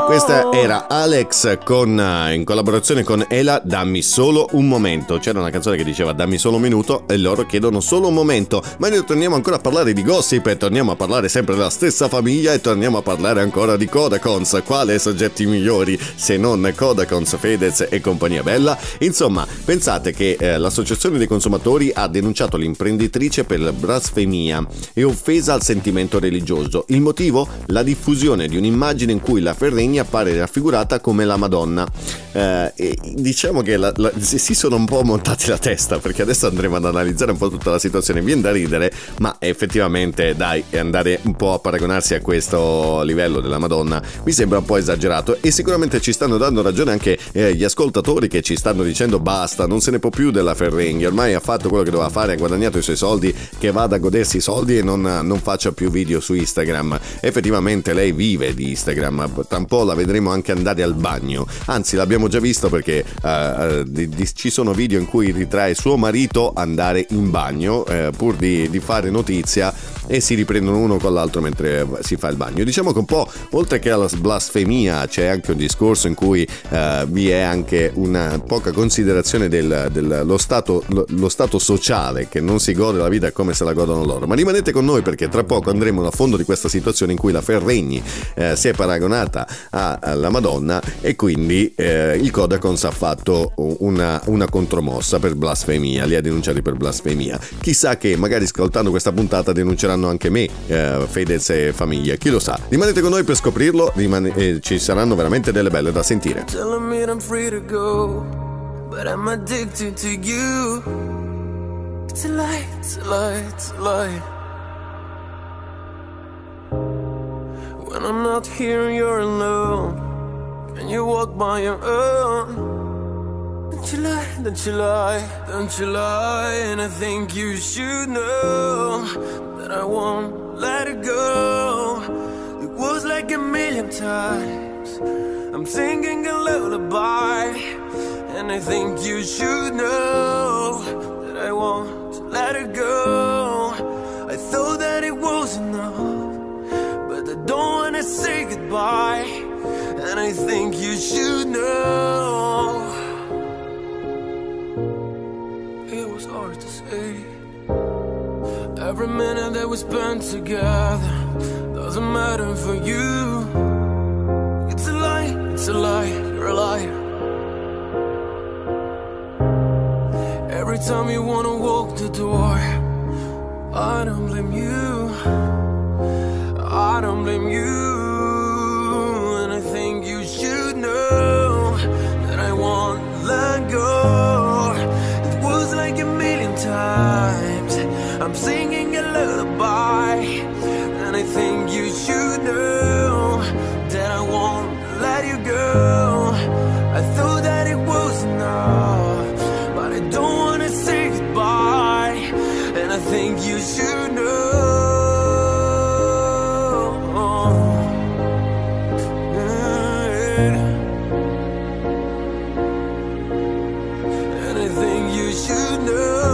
Questa era Alex con, in collaborazione con Ela, Dammi solo un momento. C'era una canzone che diceva dammi solo un minuto e loro chiedono solo un momento. Ma noi torniamo ancora a parlare di gossip e torniamo a parlare sempre della stessa famiglia e torniamo a parlare ancora di Kodakons. Quale soggetti migliori se non Kodakons, Fedez e compagnia bella? Insomma, pensate che eh, l'associazione dei consumatori ha denunciato l'imprenditrice per blasfemia e offesa al sentimento religioso. Il motivo? La diffusione di un'immagine in cui la Ferrigni appare raffigurata come la Madonna. Eh, e diciamo che la, la, si sono un po' montati la testa, perché adesso andremo ad analizzare un po' tutta la situazione. Viene da ridere, ma effettivamente dai, andare un po' a paragonarsi a questo livello della Madonna mi sembra un po' esagerato, e sicuramente ci stanno dando ragione anche eh, gli ascoltatori che ci stanno dicendo basta, non se ne può più della Ferrigni, ormai ha fatto quello che doveva fare, ha guadagnato i suoi soldi, che vada a godersi i soldi e non, non faccia più video su Instagram. Effettivamente lei vive di Instagram, tra un po' la vedremo anche andare al bagno, anzi l'abbiamo già visto perché uh, di, di, ci sono video in cui ritrae suo marito andare in bagno uh, pur di, di fare notizia, e si riprendono uno con l'altro mentre si fa il bagno. Diciamo che un po', oltre che alla blasfemia, c'è anche un discorso in cui uh, vi è anche una poca considerazione del, del lo, stato, lo, lo stato sociale, che non si gode la vita come se la godono loro. Ma rimanete con noi, perché tra poco andremo a fondo di questa situazione in cui la Ferrigni uh, si è paragonata alla Madonna e quindi eh, il Kodakons ha fatto una, una contromossa per blasfemia, li ha denunciati per blasfemia. Chissà che magari ascoltando questa puntata denunceranno anche me, eh, Fedez e famiglia, chi lo sa. Rimanete con noi per scoprirlo, rimane- eh, ci saranno veramente delle belle da sentire. Telling me I'm free to go, but I'm addicted to you. It's a lie, it's a lie, it's a lie. When I'm not here, you're alone. Can you walk by your own? Don't you lie, don't you lie, don't you lie. And I think you should know that I won't let it go. It was like a million times I'm singing a lullaby, and I think you should know that I won't let it go. I thought that it was enough, but I don't wanna say goodbye, and I think you should know. It was hard to say. Every minute that we spent together doesn't matter for you. It's a lie, it's a lie, you're a liar. Every time you wanna walk the door, I don't blame you, I don't blame you. And I think you should know that I won't let go. It was like a million times I'm singing a lullaby, and I think you should know that I won't let you go. I thought that it was enough, but I don't wanna say goodbye, and I think you should know. And I think you should know.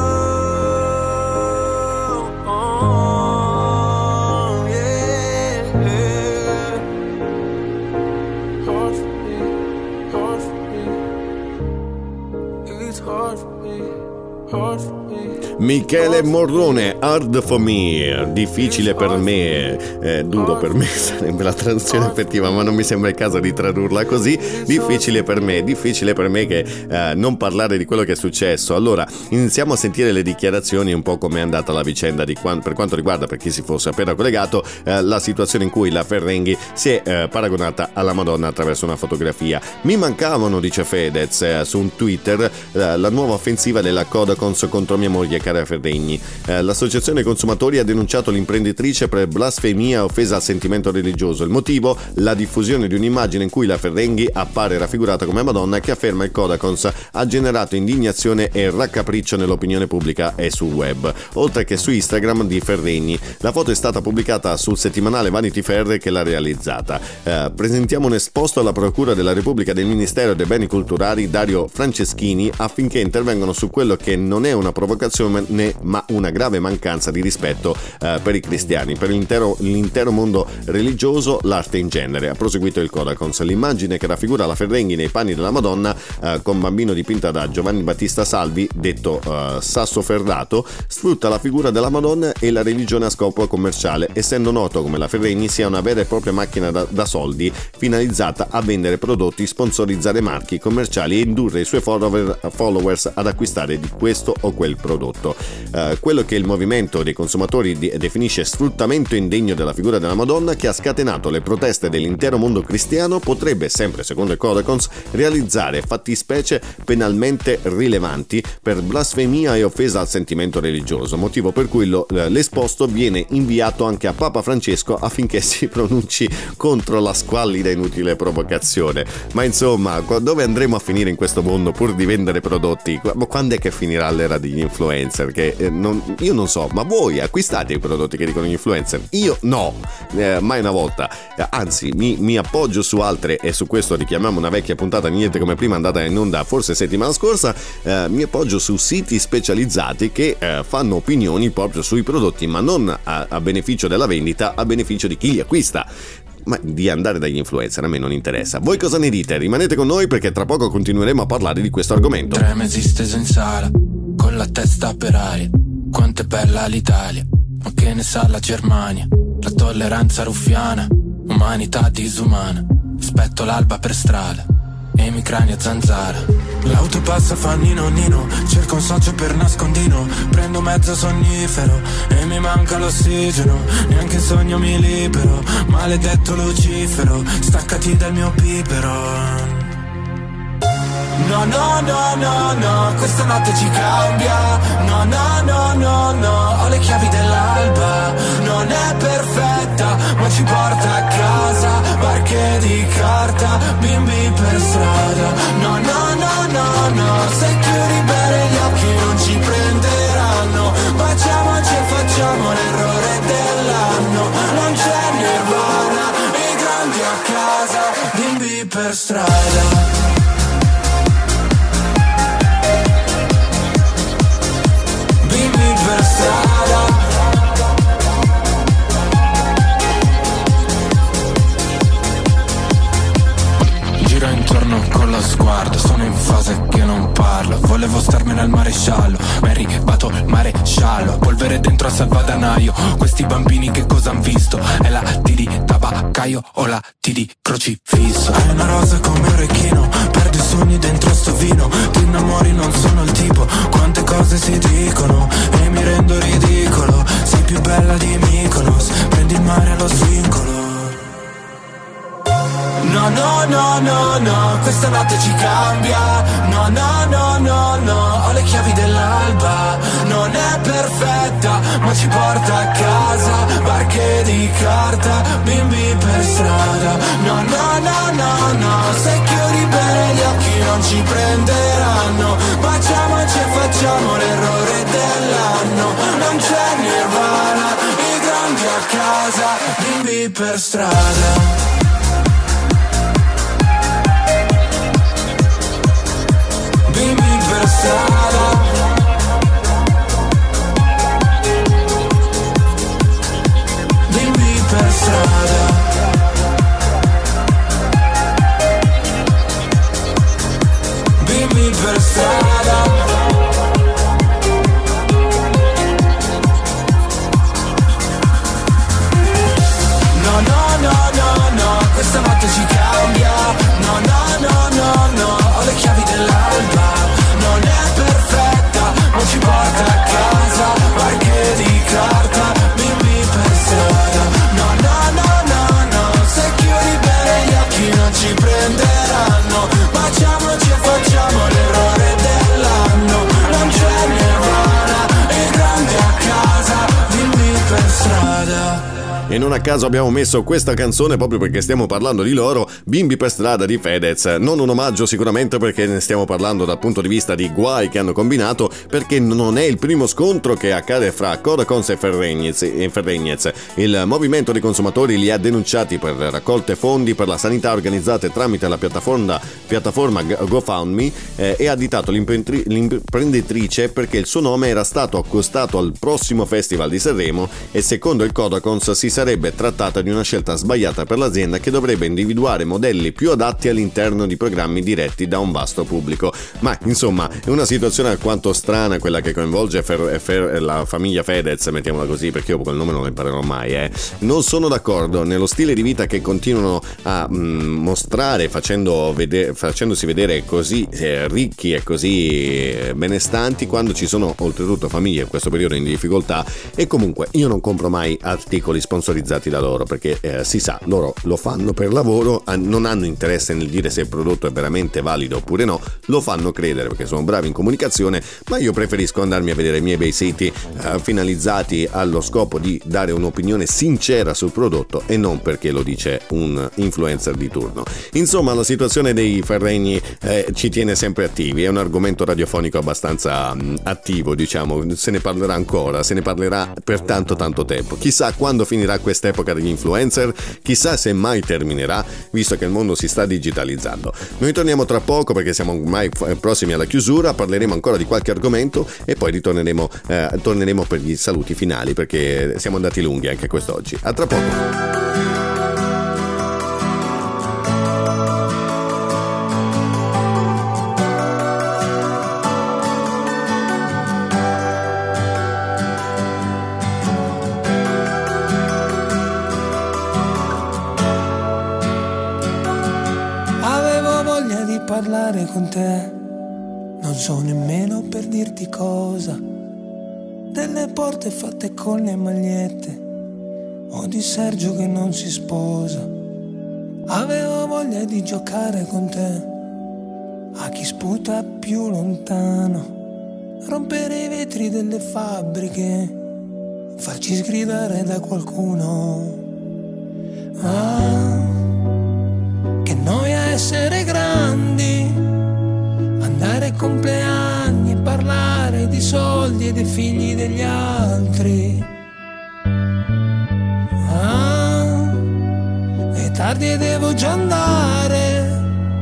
Michele Morrone, Hard for me, difficile per me, eh, duro per me sarebbe la traduzione effettiva, ma non mi sembra il caso di tradurla così. Difficile per me, difficile per me che eh, non parlare di quello che è successo. Allora, iniziamo a sentire le dichiarazioni, un po' come è andata la vicenda di qua, per quanto riguarda, per chi si fosse appena collegato, eh, la situazione in cui la Ferrigni si è eh, paragonata alla Madonna attraverso una fotografia. Mi mancavano, dice Fedez eh, su un Twitter, eh, la nuova offensiva della Kodakons contro mia moglie cara Ferrigni. Eh, l'associazione consumatori ha denunciato l'imprenditrice per blasfemia e offesa al sentimento religioso. Il motivo? La diffusione di un'immagine in cui la Ferrigni appare raffigurata come Madonna, che afferma il Kodakons ha generato indignazione e raccapriccio nell'opinione pubblica e sul web, oltre che su Instagram di Ferrigni. La foto è stata pubblicata sul settimanale Vanity Fair che l'ha realizzata. Eh, presentiamo un esposto alla Procura della Repubblica del Ministero dei Beni Culturali Dario Franceschini affinché intervengano su quello che non è una provocazione né, ma una grave mancanza di rispetto eh, per i cristiani, per l'intero, l'intero mondo religioso, l'arte in genere. Ha proseguito il Codacons. L'immagine che raffigura la Ferrenghi nei panni della Madonna eh, con bambino dipinta da Giovanni Battista Salvi, detto eh, Sassoferrato, sfrutta la figura della Madonna e la religione a scopo commerciale, essendo noto come la Ferrenghi sia una vera e propria macchina da, da soldi finalizzata a vendere prodotti, sponsorizzare marchi commerciali e indurre i suoi follower, followers ad acquistare di questo o quel prodotto. Eh, quello che il movimento dei consumatori di, definisce sfruttamento indegno della figura della Madonna, che ha scatenato le proteste dell'intero mondo cristiano, potrebbe, sempre secondo il Codacons, realizzare fattispecie penalmente rilevanti per blasfemia e offesa al sentimento religioso, motivo per cui lo, l'esposto viene inviato anche a Papa Francesco affinché si pronunci contro la squallida e inutile provocazione. Ma insomma, dove andremo a finire in questo mondo pur di vendere prodotti? Ma quando è che finirà l'era degli influencer? Che eh, non, io non so, ma voi acquistate i prodotti che dicono gli influencer? Io no, eh, mai una volta. Eh, anzi, mi, mi appoggio su altre, e su questo richiamiamo una vecchia puntata Niente come prima, andata in onda forse settimana scorsa. Eh, mi appoggio su siti specializzati che eh, fanno opinioni proprio sui prodotti, ma non a, a beneficio della vendita, a beneficio di chi li acquista. Ma di andare dagli influencer a me non interessa. Voi cosa ne dite? Rimanete con noi, perché tra poco continueremo a parlare di questo argomento. Tre mesi steso in sala, con la testa per aria. Quanto è bella l'Italia, ma che ne sa la Germania? La tolleranza ruffiana, umanità disumana. Aspetto l'alba per strada e mi crani a zanzara. L'auto passa fa nino nino, cerco un socio per nascondino. Prendo mezzo sonnifero e mi manca l'ossigeno. Neanche in sogno mi libero, maledetto Lucifero, staccati dal mio pipero. No, no, no, no, no, questa notte ci cambia. No, no, no, no, no, ho le chiavi dell'alba. Non è perfetta, ma ci porta a casa. Barche di carta, bimbi per strada. No, no, no, no, no, se chiudi bene gli occhi non ci prenderanno. Baciamoci e facciamo l'errore dell'anno. Non c'è nirvana, i grandi a casa, bimbi per strada. Per strada. Giro intorno con lo sguardo, sono in fase che non parlo. Volevo starmene al maresciallo, ma è arrivato il maresciallo. Polvere dentro a salvadanaio, questi bambini che cosa han visto? È la T di tabaccaio o la T di crocifisso? Hai una rosa come orecchino, perdi i sogni dentro sto vino. Ti innamori, non sono il tipo, quante cose si dicono e mi rendo ridicolo. Sei più bella di Mykonos, prendi il mare allo svincolo. No, no, no, no, no, questa notte ci cambia. No, no, no, no, no, ho le chiavi dell'alba. Non è perfetta, ma ci porta a casa. Barche di carta, bimbi per strada. No, no, no, no, no, se chiudi bene gli occhi non ci prenderanno. Baciamoci e facciamo l'errore dell'anno. Non c'è nirvana, i grandi a casa, bimbi per strada. Bimbi per strada. Bimbi per strada. Bimbi per strada. No, no, no, no, no, questa notte ci cambia. No, no, no, no, no, ho le chiavi dell'alba. Non è per caso abbiamo messo questa canzone proprio perché stiamo parlando di loro, Bimbi per strada di Fedez. Non un omaggio sicuramente perché ne stiamo parlando dal punto di vista di guai che hanno combinato, perché non è il primo scontro che accade fra Codacons e Ferregnez. e Ferregnez. Il movimento dei consumatori li ha denunciati per raccolte fondi per la sanità organizzate tramite la piattaforma, piattaforma GoFundMe eh, e ha additato l'imprenditrice perché il suo nome era stato accostato al prossimo Festival di Sanremo e secondo il Codacons si sarebbe trattata di una scelta sbagliata per l'azienda che dovrebbe individuare modelli più adatti all'interno di programmi diretti da un vasto pubblico. Ma insomma è una situazione alquanto strana quella che coinvolge Fer- Fer- la famiglia Fedez, mettiamola così, perché io quel nome non lo imparerò mai. Eh. Non sono d'accordo nello stile di vita che continuano a mh, mostrare facendo vede- facendosi vedere così eh, ricchi e così eh, benestanti quando ci sono oltretutto famiglie in questo periodo in difficoltà. E comunque io non compro mai articoli sponsorizzati da loro perché eh, si sa, loro lo fanno per lavoro, non hanno interesse nel dire se il prodotto è veramente valido oppure no, lo fanno credere perché sono bravi in comunicazione, ma io preferisco andarmi a vedere i miei bei siti eh, finalizzati allo scopo di dare un'opinione sincera sul prodotto e non perché lo dice un influencer di turno. Insomma, la situazione dei Ferregni eh, ci tiene sempre attivi, è un argomento radiofonico abbastanza mh, attivo, diciamo, se ne parlerà ancora, se ne parlerà per tanto tanto tempo. Chissà quando finirà quest'epoca degli influencer, chissà se mai terminerà, visto che il mondo si sta digitalizzando. Noi torniamo tra poco perché siamo ormai prossimi alla chiusura, parleremo ancora di qualche argomento e poi ritorneremo eh, torneremo per gli saluti finali perché siamo andati lunghi anche quest'oggi. A tra poco. Parlare con te, non so nemmeno per dirti cosa, delle porte fatte con le magliette o di Sergio che non si sposa. Avevo voglia di giocare con te a chi sputa più lontano, rompere i vetri delle fabbriche, farci sgridare da qualcuno. Ah, che noia essere grandi, andare ai compleanni, parlare di soldi e dei figli degli altri. Ah, è tardi e devo già andare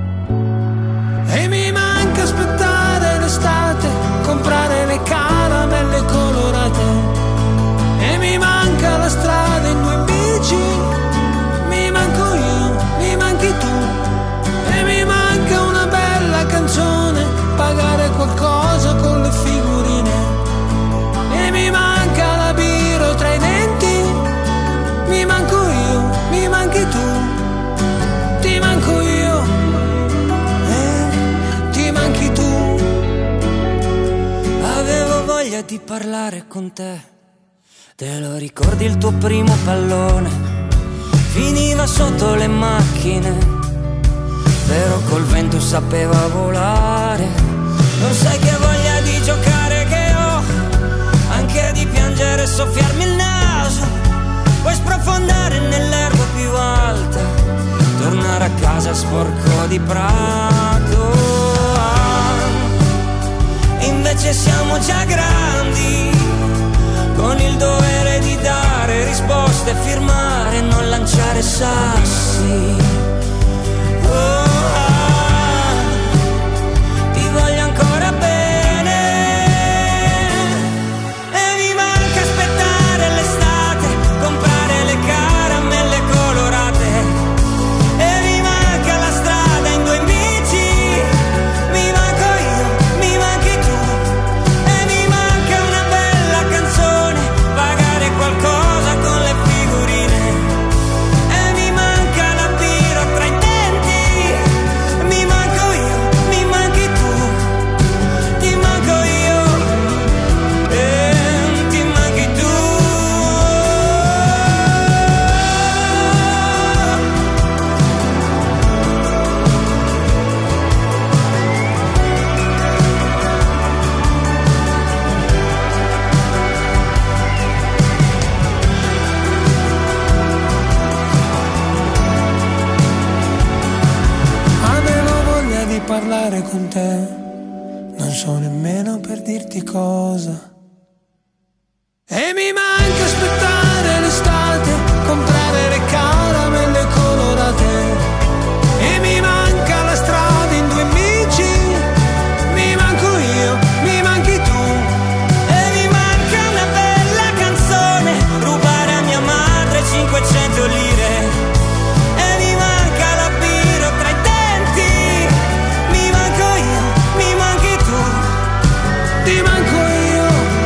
e mi manca aspettare l'estate, comprare le caramelle colorate e mi manca la strada in due bici, mi manco io, mi manchi tu. Mi manca una bella canzone, pagare qualcosa con le figurine e mi manca la birra tra i denti, mi manco io, mi manchi tu, ti manco io, eh, ti manchi tu. Avevo voglia di parlare con te, te lo ricordi il tuo primo pallone, finiva sotto le macchine, però col vento sapeva volare. Non sai che voglia di giocare che ho, anche di piangere e soffiarmi il naso. Puoi sprofondare nell'erba più alta, tornare a casa sporco di prato. Ah, invece siamo già grandi, con il dovere di dare risposte, firmare e non lanciare sassi. Oh, voglio ancora bene e mi manca aspettare l'estate, comprare le caramelle colorate e mi manca la strada in due bici, mi manco io, mi manchi tu e mi manca una bella canzone, pagare qualcosa con le figurine e mi manca la birra parlare con te, non so nemmeno per dirti cosa. E mi manca aspettare l'estate, comprare le caramelle colorate. E mi manca la strada in due amici, mi manco io, mi manchi tu. E mi manca una bella canzone, rubare a mia madre cinquecento lire. E mi manca la birra tra i denti, mi manco io, mi manchi tu. Ti manco io,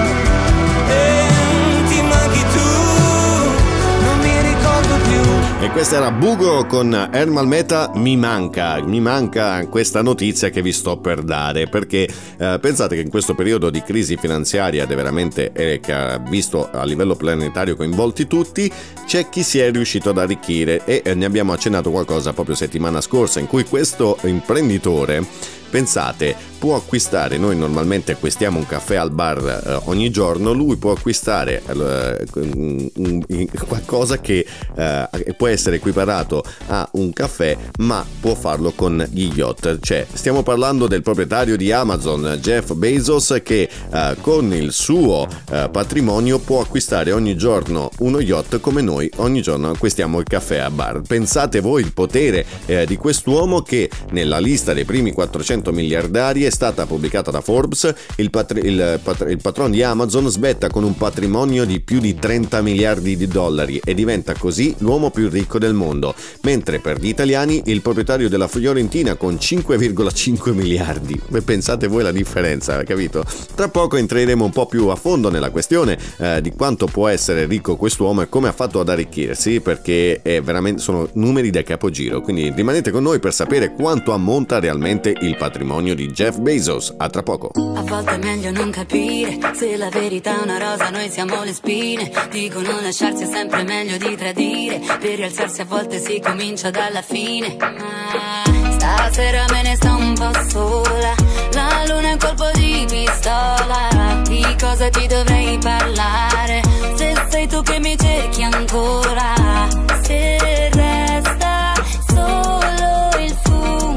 e ti manchi tu, non mi ricordo più. E questa era Bugo con Ermal Meta. Mi manca, mi manca questa notizia che vi sto per dare, perché eh, pensate che in questo periodo di crisi finanziaria ed è veramente eh, che ha visto a livello planetario coinvolti tutti, c'è chi si è riuscito ad arricchire e eh, ne abbiamo accennato qualcosa proprio settimana scorsa, in cui questo imprenditore, pensate, può acquistare, noi normalmente acquistiamo un caffè al bar eh, ogni giorno, lui può acquistare eh, qualcosa che eh, può essere equiparato a un caffè, ma può farlo con gli yacht. Cioè, stiamo parlando del proprietario di Amazon, Jeff Bezos, che eh, con il suo eh, patrimonio può acquistare ogni giorno uno yacht, come noi ogni giorno acquistiamo il caffè a bar. Pensate voi il potere eh, di quest'uomo, che nella lista dei primi quattrocento miliardari è stata pubblicata da Forbes. Il, patri- il, pat- il patron di Amazon svetta con un patrimonio di più di trenta miliardi di dollari e diventa così l'uomo più ricco del mondo, mentre per gli italiani il proprietario della Fiorentina con cinque virgola cinque miliardi. Beh, pensate voi la differenza, capito? Tra poco entreremo un po' più a fondo nella questione eh, di quanto può essere ricco quest'uomo e come ha fatto ad arricchirsi, perché è veramente, sono numeri da capogiro, quindi rimanete con noi per sapere quanto ammonta realmente il patrimonio di Jeff Bezos. A tra poco. A volte è meglio non capire se la verità è una rosa, noi siamo le spine. Dicono lasciarsi è sempre meglio di tradire, per rialzarsi a volte si comincia dalla fine. Ma stasera me ne sto un po' sola, la luna è un colpo di pistola. Di cosa ti dovrei parlare se sei tu che mi cerchi ancora? Se resta solo il fumo,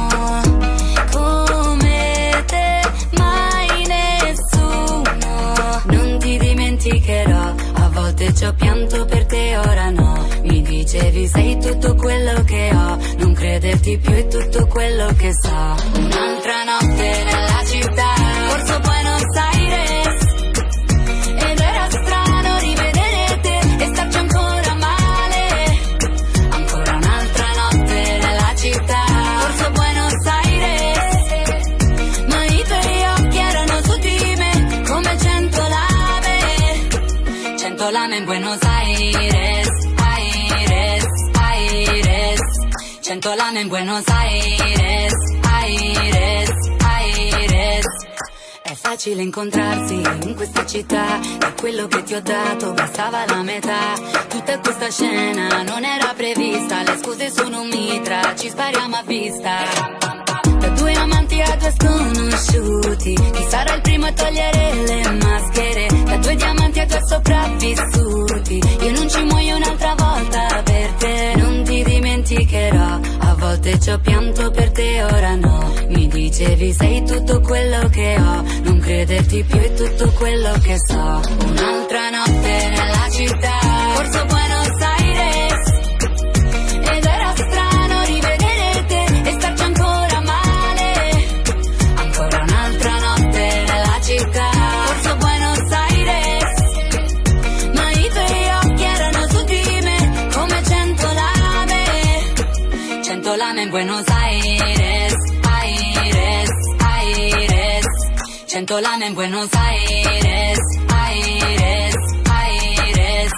come te mai nessuno. Non ti dimenticherò, a volte ci ho pianto per te, ora no. Mi dicevi sei tutto quello che ho, non crederti più è tutto quello che so. Un'altra notte nella città, corso Buenos Aires, ed era strano rivedere te e starci ancora male. Ancora un'altra notte nella città, corso Buenos Aires, ma i tuoi occhi erano su di me come cento lame. Cento lame in Buenos Aires, Aires, Aires. Cento lame in Buenos Aires, Aires, Aires. È facile incontrarsi in questa città, e quello che ti ho dato bastava la metà. Tutta questa scena non era prevista, le scuse sono un mitra, ci spariamo a vista. Da due amanti a due sconosciuti, chi sarà il primo a togliere le maschere? Da due diamanti a due sopravvissuti, io non ci muoio un'altra volta per te. Non ti dimenticherò, a volte ci ho pianto per te, ora no. Mi dicevi sei tutto quello che ho, non crederti più è tutto quello che so. Un'altra notte nella città, corso Buenos Aires, ed era strano rivedere te e starci ancora male. Ancora un'altra notte nella città, corso Buenos Aires, ma i tuoi occhi erano su di me come cento lame. Cento lame in Buenos Aires, Aires, Aires. Cento lame in Buenos Aires, Aires, Aires.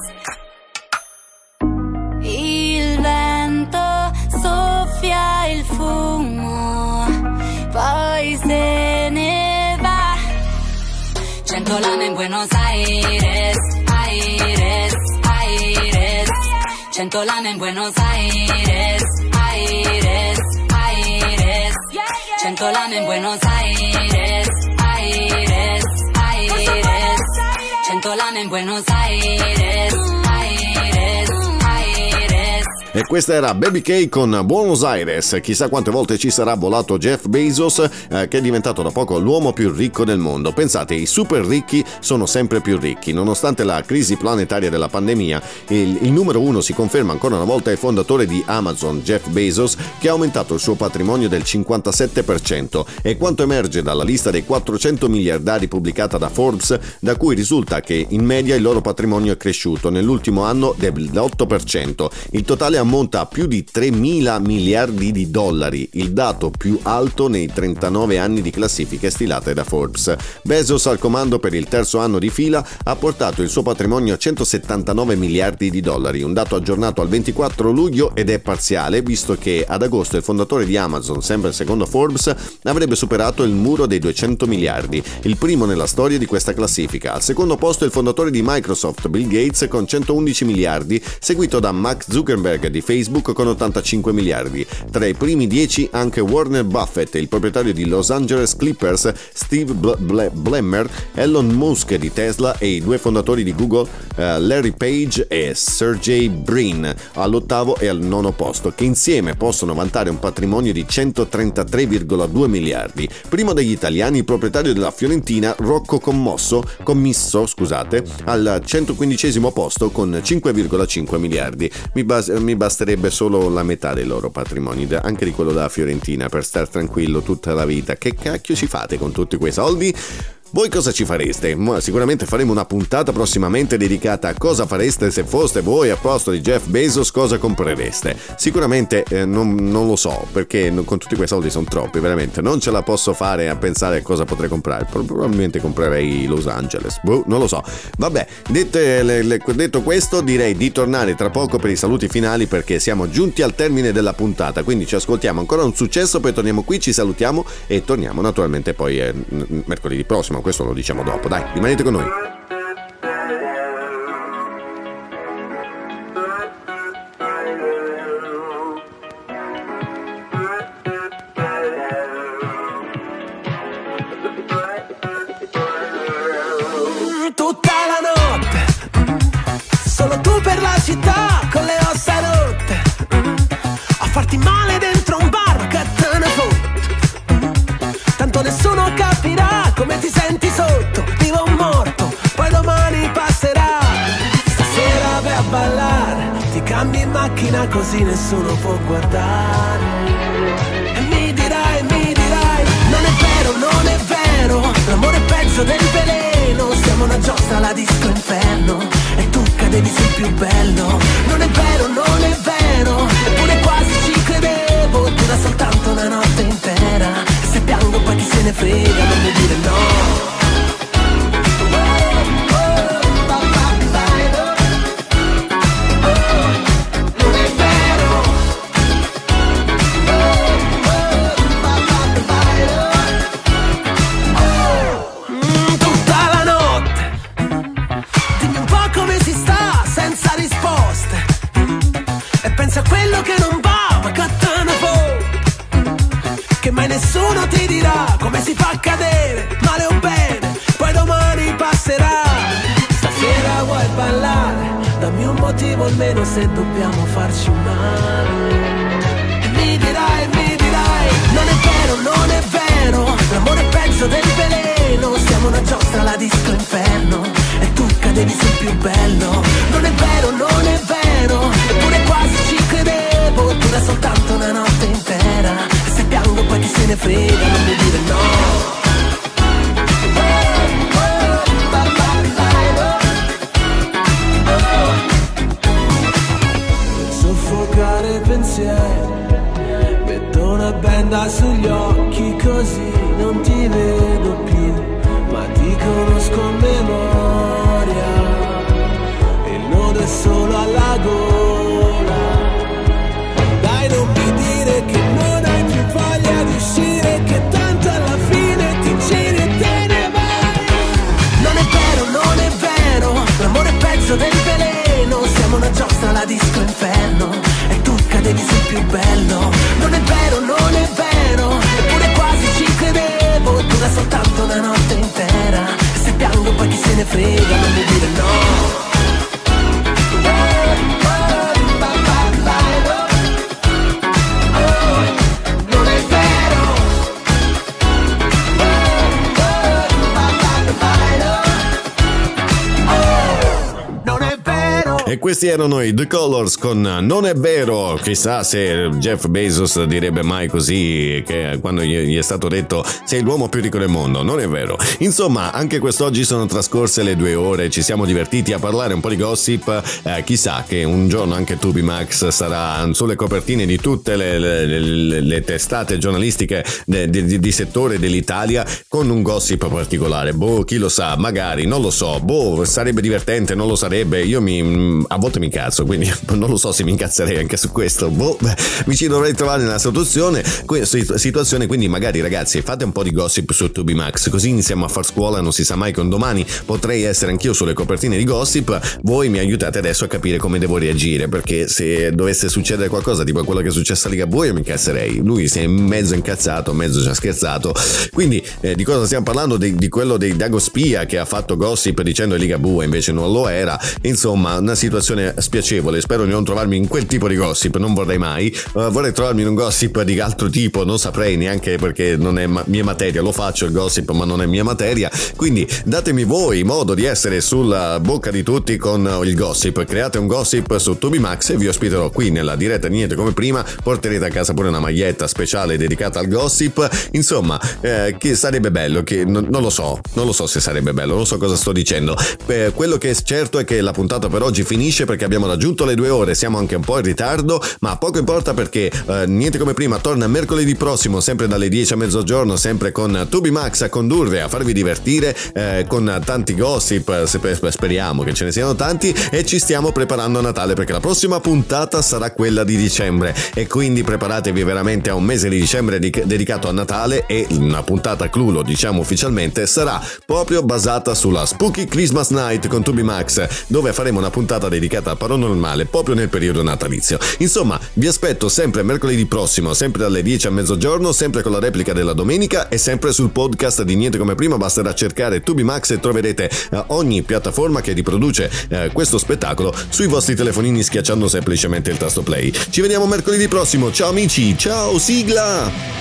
Il vento soffia il fumo, poi se ne va. Cento lame in Buenos Aires, Aires, Aires. Cento lame in Buenos Aires, Aires, Aires. Cento lame in Buenos Aires, Aires, Aires. Cento lame in Buenos Aires, Aires, Aires. E questa era Baby K con Buenos Aires. Chissà quante volte ci sarà volato Jeff Bezos, eh, che è diventato da poco l'uomo più ricco del mondo. Pensate, i super ricchi sono sempre più ricchi. Nonostante la crisi planetaria della pandemia, il, il numero uno si conferma ancora una volta il fondatore di Amazon, Jeff Bezos, che ha aumentato il suo patrimonio del cinquantasette per cento. E quanto emerge dalla lista dei quattrocento miliardari pubblicata da Forbes, da cui risulta che in media il loro patrimonio è cresciuto nell'ultimo anno dell'otto per cento. Il totale ammonta a più di tremila miliardi di dollari, il dato più alto nei trentanove anni di classifiche stilate da Forbes. Bezos, al comando per il terzo anno di fila, ha portato il suo patrimonio a centosettantanove miliardi di dollari, un dato aggiornato al ventiquattro luglio ed è parziale, visto che ad agosto il fondatore di Amazon, sempre secondo Forbes, avrebbe superato il muro dei duecento miliardi, il primo nella storia di questa classifica. Al secondo posto il fondatore di Microsoft, Bill Gates, con centoundici miliardi, seguito da Mark Zuckerberg di Facebook con ottantacinque miliardi. Tra i primi dieci anche Warren Buffett, il proprietario di Los Angeles Clippers, Steve Ballmer, Elon Musk di Tesla e i due fondatori di Google, uh, Larry Page e Sergey Brin, all'ottavo e al nono posto, che insieme possono vantare un patrimonio di centotrentatré virgola due miliardi. Primo degli italiani, il proprietario della Fiorentina, Rocco Commosso, Commisso, scusate, al centoquindicesimo posto con cinque virgola cinque miliardi. Mi, bas- mi basterebbe solo la metà dei loro patrimoni, anche di quello della Fiorentina, per star tranquillo tutta la vita. Che cacchio ci fate con tutti quei soldi? Voi cosa ci fareste? Sicuramente faremo una puntata prossimamente dedicata a cosa fareste se foste voi a posto di Jeff Bezos, cosa comprereste. Sicuramente eh, non, non lo so, perché con tutti quei soldi sono troppi, veramente non ce la posso fare a pensare a cosa potrei comprare. Probabilmente comprerei Los Angeles, boh, non lo so. Vabbè, dette, le, le, detto questo, direi di tornare tra poco per i saluti finali, perché siamo giunti al termine della puntata, quindi ci ascoltiamo ancora un successo, poi torniamo qui, ci salutiamo e torniamo naturalmente poi eh, mercoledì prossimo. Questo lo diciamo dopo, dai, rimanete con noi. Tutta la notte, solo tu per la città, con le ossa rotte, a farti male dentro un bar, che te ne fotte, tanto nessuno capirà come ti senti sotto, vivo o morto, poi domani passerà. Stasera vai a ballare, ti cambi in macchina così nessuno può guardare. E mi dirai, mi dirai, non è vero, non è vero, l'amore è peggio del veleno, siamo una giostra alla disco inferno, e tu cadevi sul più bello. Non è vero, non è vero, eppure quasi ci credevo, dura soltanto una notte intera, e se piango poi chi se ne frega, non mi dire no. Pensa a quello che non va, ma che te ne può, che mai nessuno ti dirà come si fa a cadere, male o bene, poi domani passerà. Stasera vuoi ballare, dammi un motivo almeno se dobbiamo farci male. E mi dirai, mi dirai, non è vero, non è vero, l'amore è peggio del veleno, siamo una giostra alla disco inferno, e tu cadevi sul più bello. Non è vero, non è vero, eppure quasi ci credevo, dura soltanto una notte intera, e se piango poi chi se ne frega, non mi dire no. Soffocare pensieri, metto una benda sugli occhi così non ti vedo più, ma ti conosco a memoria, il nodo è solo alla gola. Dai, non mi dire che non hai più voglia di uscire, che tanto alla fine ti giri e te ne vai. Non è vero, non è vero, l'amore è peggio del veleno, siamo una giostra alla disco inferno, e tu cadevi sul più bello. Non è vero, non è vero, eppure quasi ci credevo, dura soltanto una notte intera, e se piango poi chi se ne frega, non mi dire no. E questi erano i The Colors con Non è vero. Chissà se Jeff Bezos direbbe mai così, che quando gli è stato detto sei l'uomo più ricco del mondo. Non è vero. Insomma, anche quest'oggi sono trascorse le due ore, ci siamo divertiti a parlare un po' di gossip. Eh, chissà che un giorno anche Tubi Max sarà sulle copertine di tutte le, le, le, le testate giornalistiche di, di, di settore dell'Italia con un gossip particolare. Boh, chi lo sa, magari, non lo so. Boh, sarebbe divertente, non lo sarebbe. Io mi a volte mi incazzo, quindi non lo so se mi incazzerei anche su questo. Boh, mi ci dovrei trovare nella situazione, situazione, quindi magari ragazzi fate un po' di gossip su Tubi Max, così iniziamo a far scuola, non si sa mai che un domani potrei essere anch'io sulle copertine di gossip. Voi mi aiutate adesso a capire come devo reagire, perché se dovesse succedere qualcosa tipo quello che è successo a Ligabue io mi incazzerei. Lui si è mezzo incazzato, mezzo ci ha scherzato. Quindi eh, di cosa stiamo parlando? Di, di quello dei Dago Spia che ha fatto gossip dicendo che Ligabue invece non lo era. Insomma, una situazione spiacevole. Spero di non trovarmi in quel tipo di gossip, non vorrei mai. Uh, vorrei trovarmi in un gossip di altro tipo, non saprei neanche, perché non è ma- mia materia. Lo faccio il gossip ma non è mia materia, quindi datemi voi modo di essere sulla bocca di tutti con il gossip. Create un gossip su Tubi Max e vi ospiterò qui nella diretta di Niente come prima. Porterete a casa pure una maglietta speciale dedicata al gossip. Insomma, eh, che sarebbe bello, che non, non lo so, non lo so se sarebbe bello, non so cosa sto dicendo. Eh, quello che è certo è che la puntata per oggi finisce perché abbiamo raggiunto le due ore, siamo anche un po' in ritardo, ma poco importa perché eh, Niente come prima torna mercoledì prossimo, sempre dalle dieci a mezzogiorno, sempre con Tubi Max a condurre, a farvi divertire eh, con tanti gossip, speriamo che ce ne siano tanti, e ci stiamo preparando a Natale perché la prossima puntata sarà quella di dicembre e quindi preparatevi veramente a un mese di dicembre di- dedicato a Natale, e una puntata clou, lo diciamo ufficialmente, sarà proprio basata sulla Spooky Christmas Night con Tubi Max, dove faremo una puntata dedicata al paranormale proprio nel periodo natalizio. Insomma, vi aspetto sempre mercoledì prossimo, sempre dalle dieci a mezzogiorno, sempre con la replica della domenica e sempre sul podcast di Niente come prima. Basterà cercare Tubi Max e troverete eh, ogni piattaforma che riproduce eh, questo spettacolo sui vostri telefonini schiacciando semplicemente il tasto play. Ci vediamo mercoledì prossimo, ciao amici, ciao, sigla!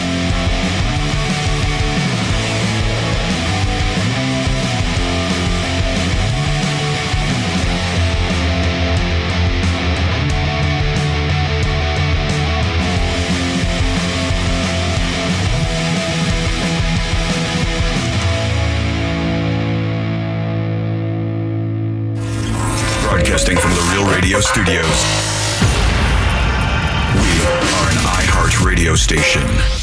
Broadcasting from the Real Radio Studios. We are an iHeart radio station.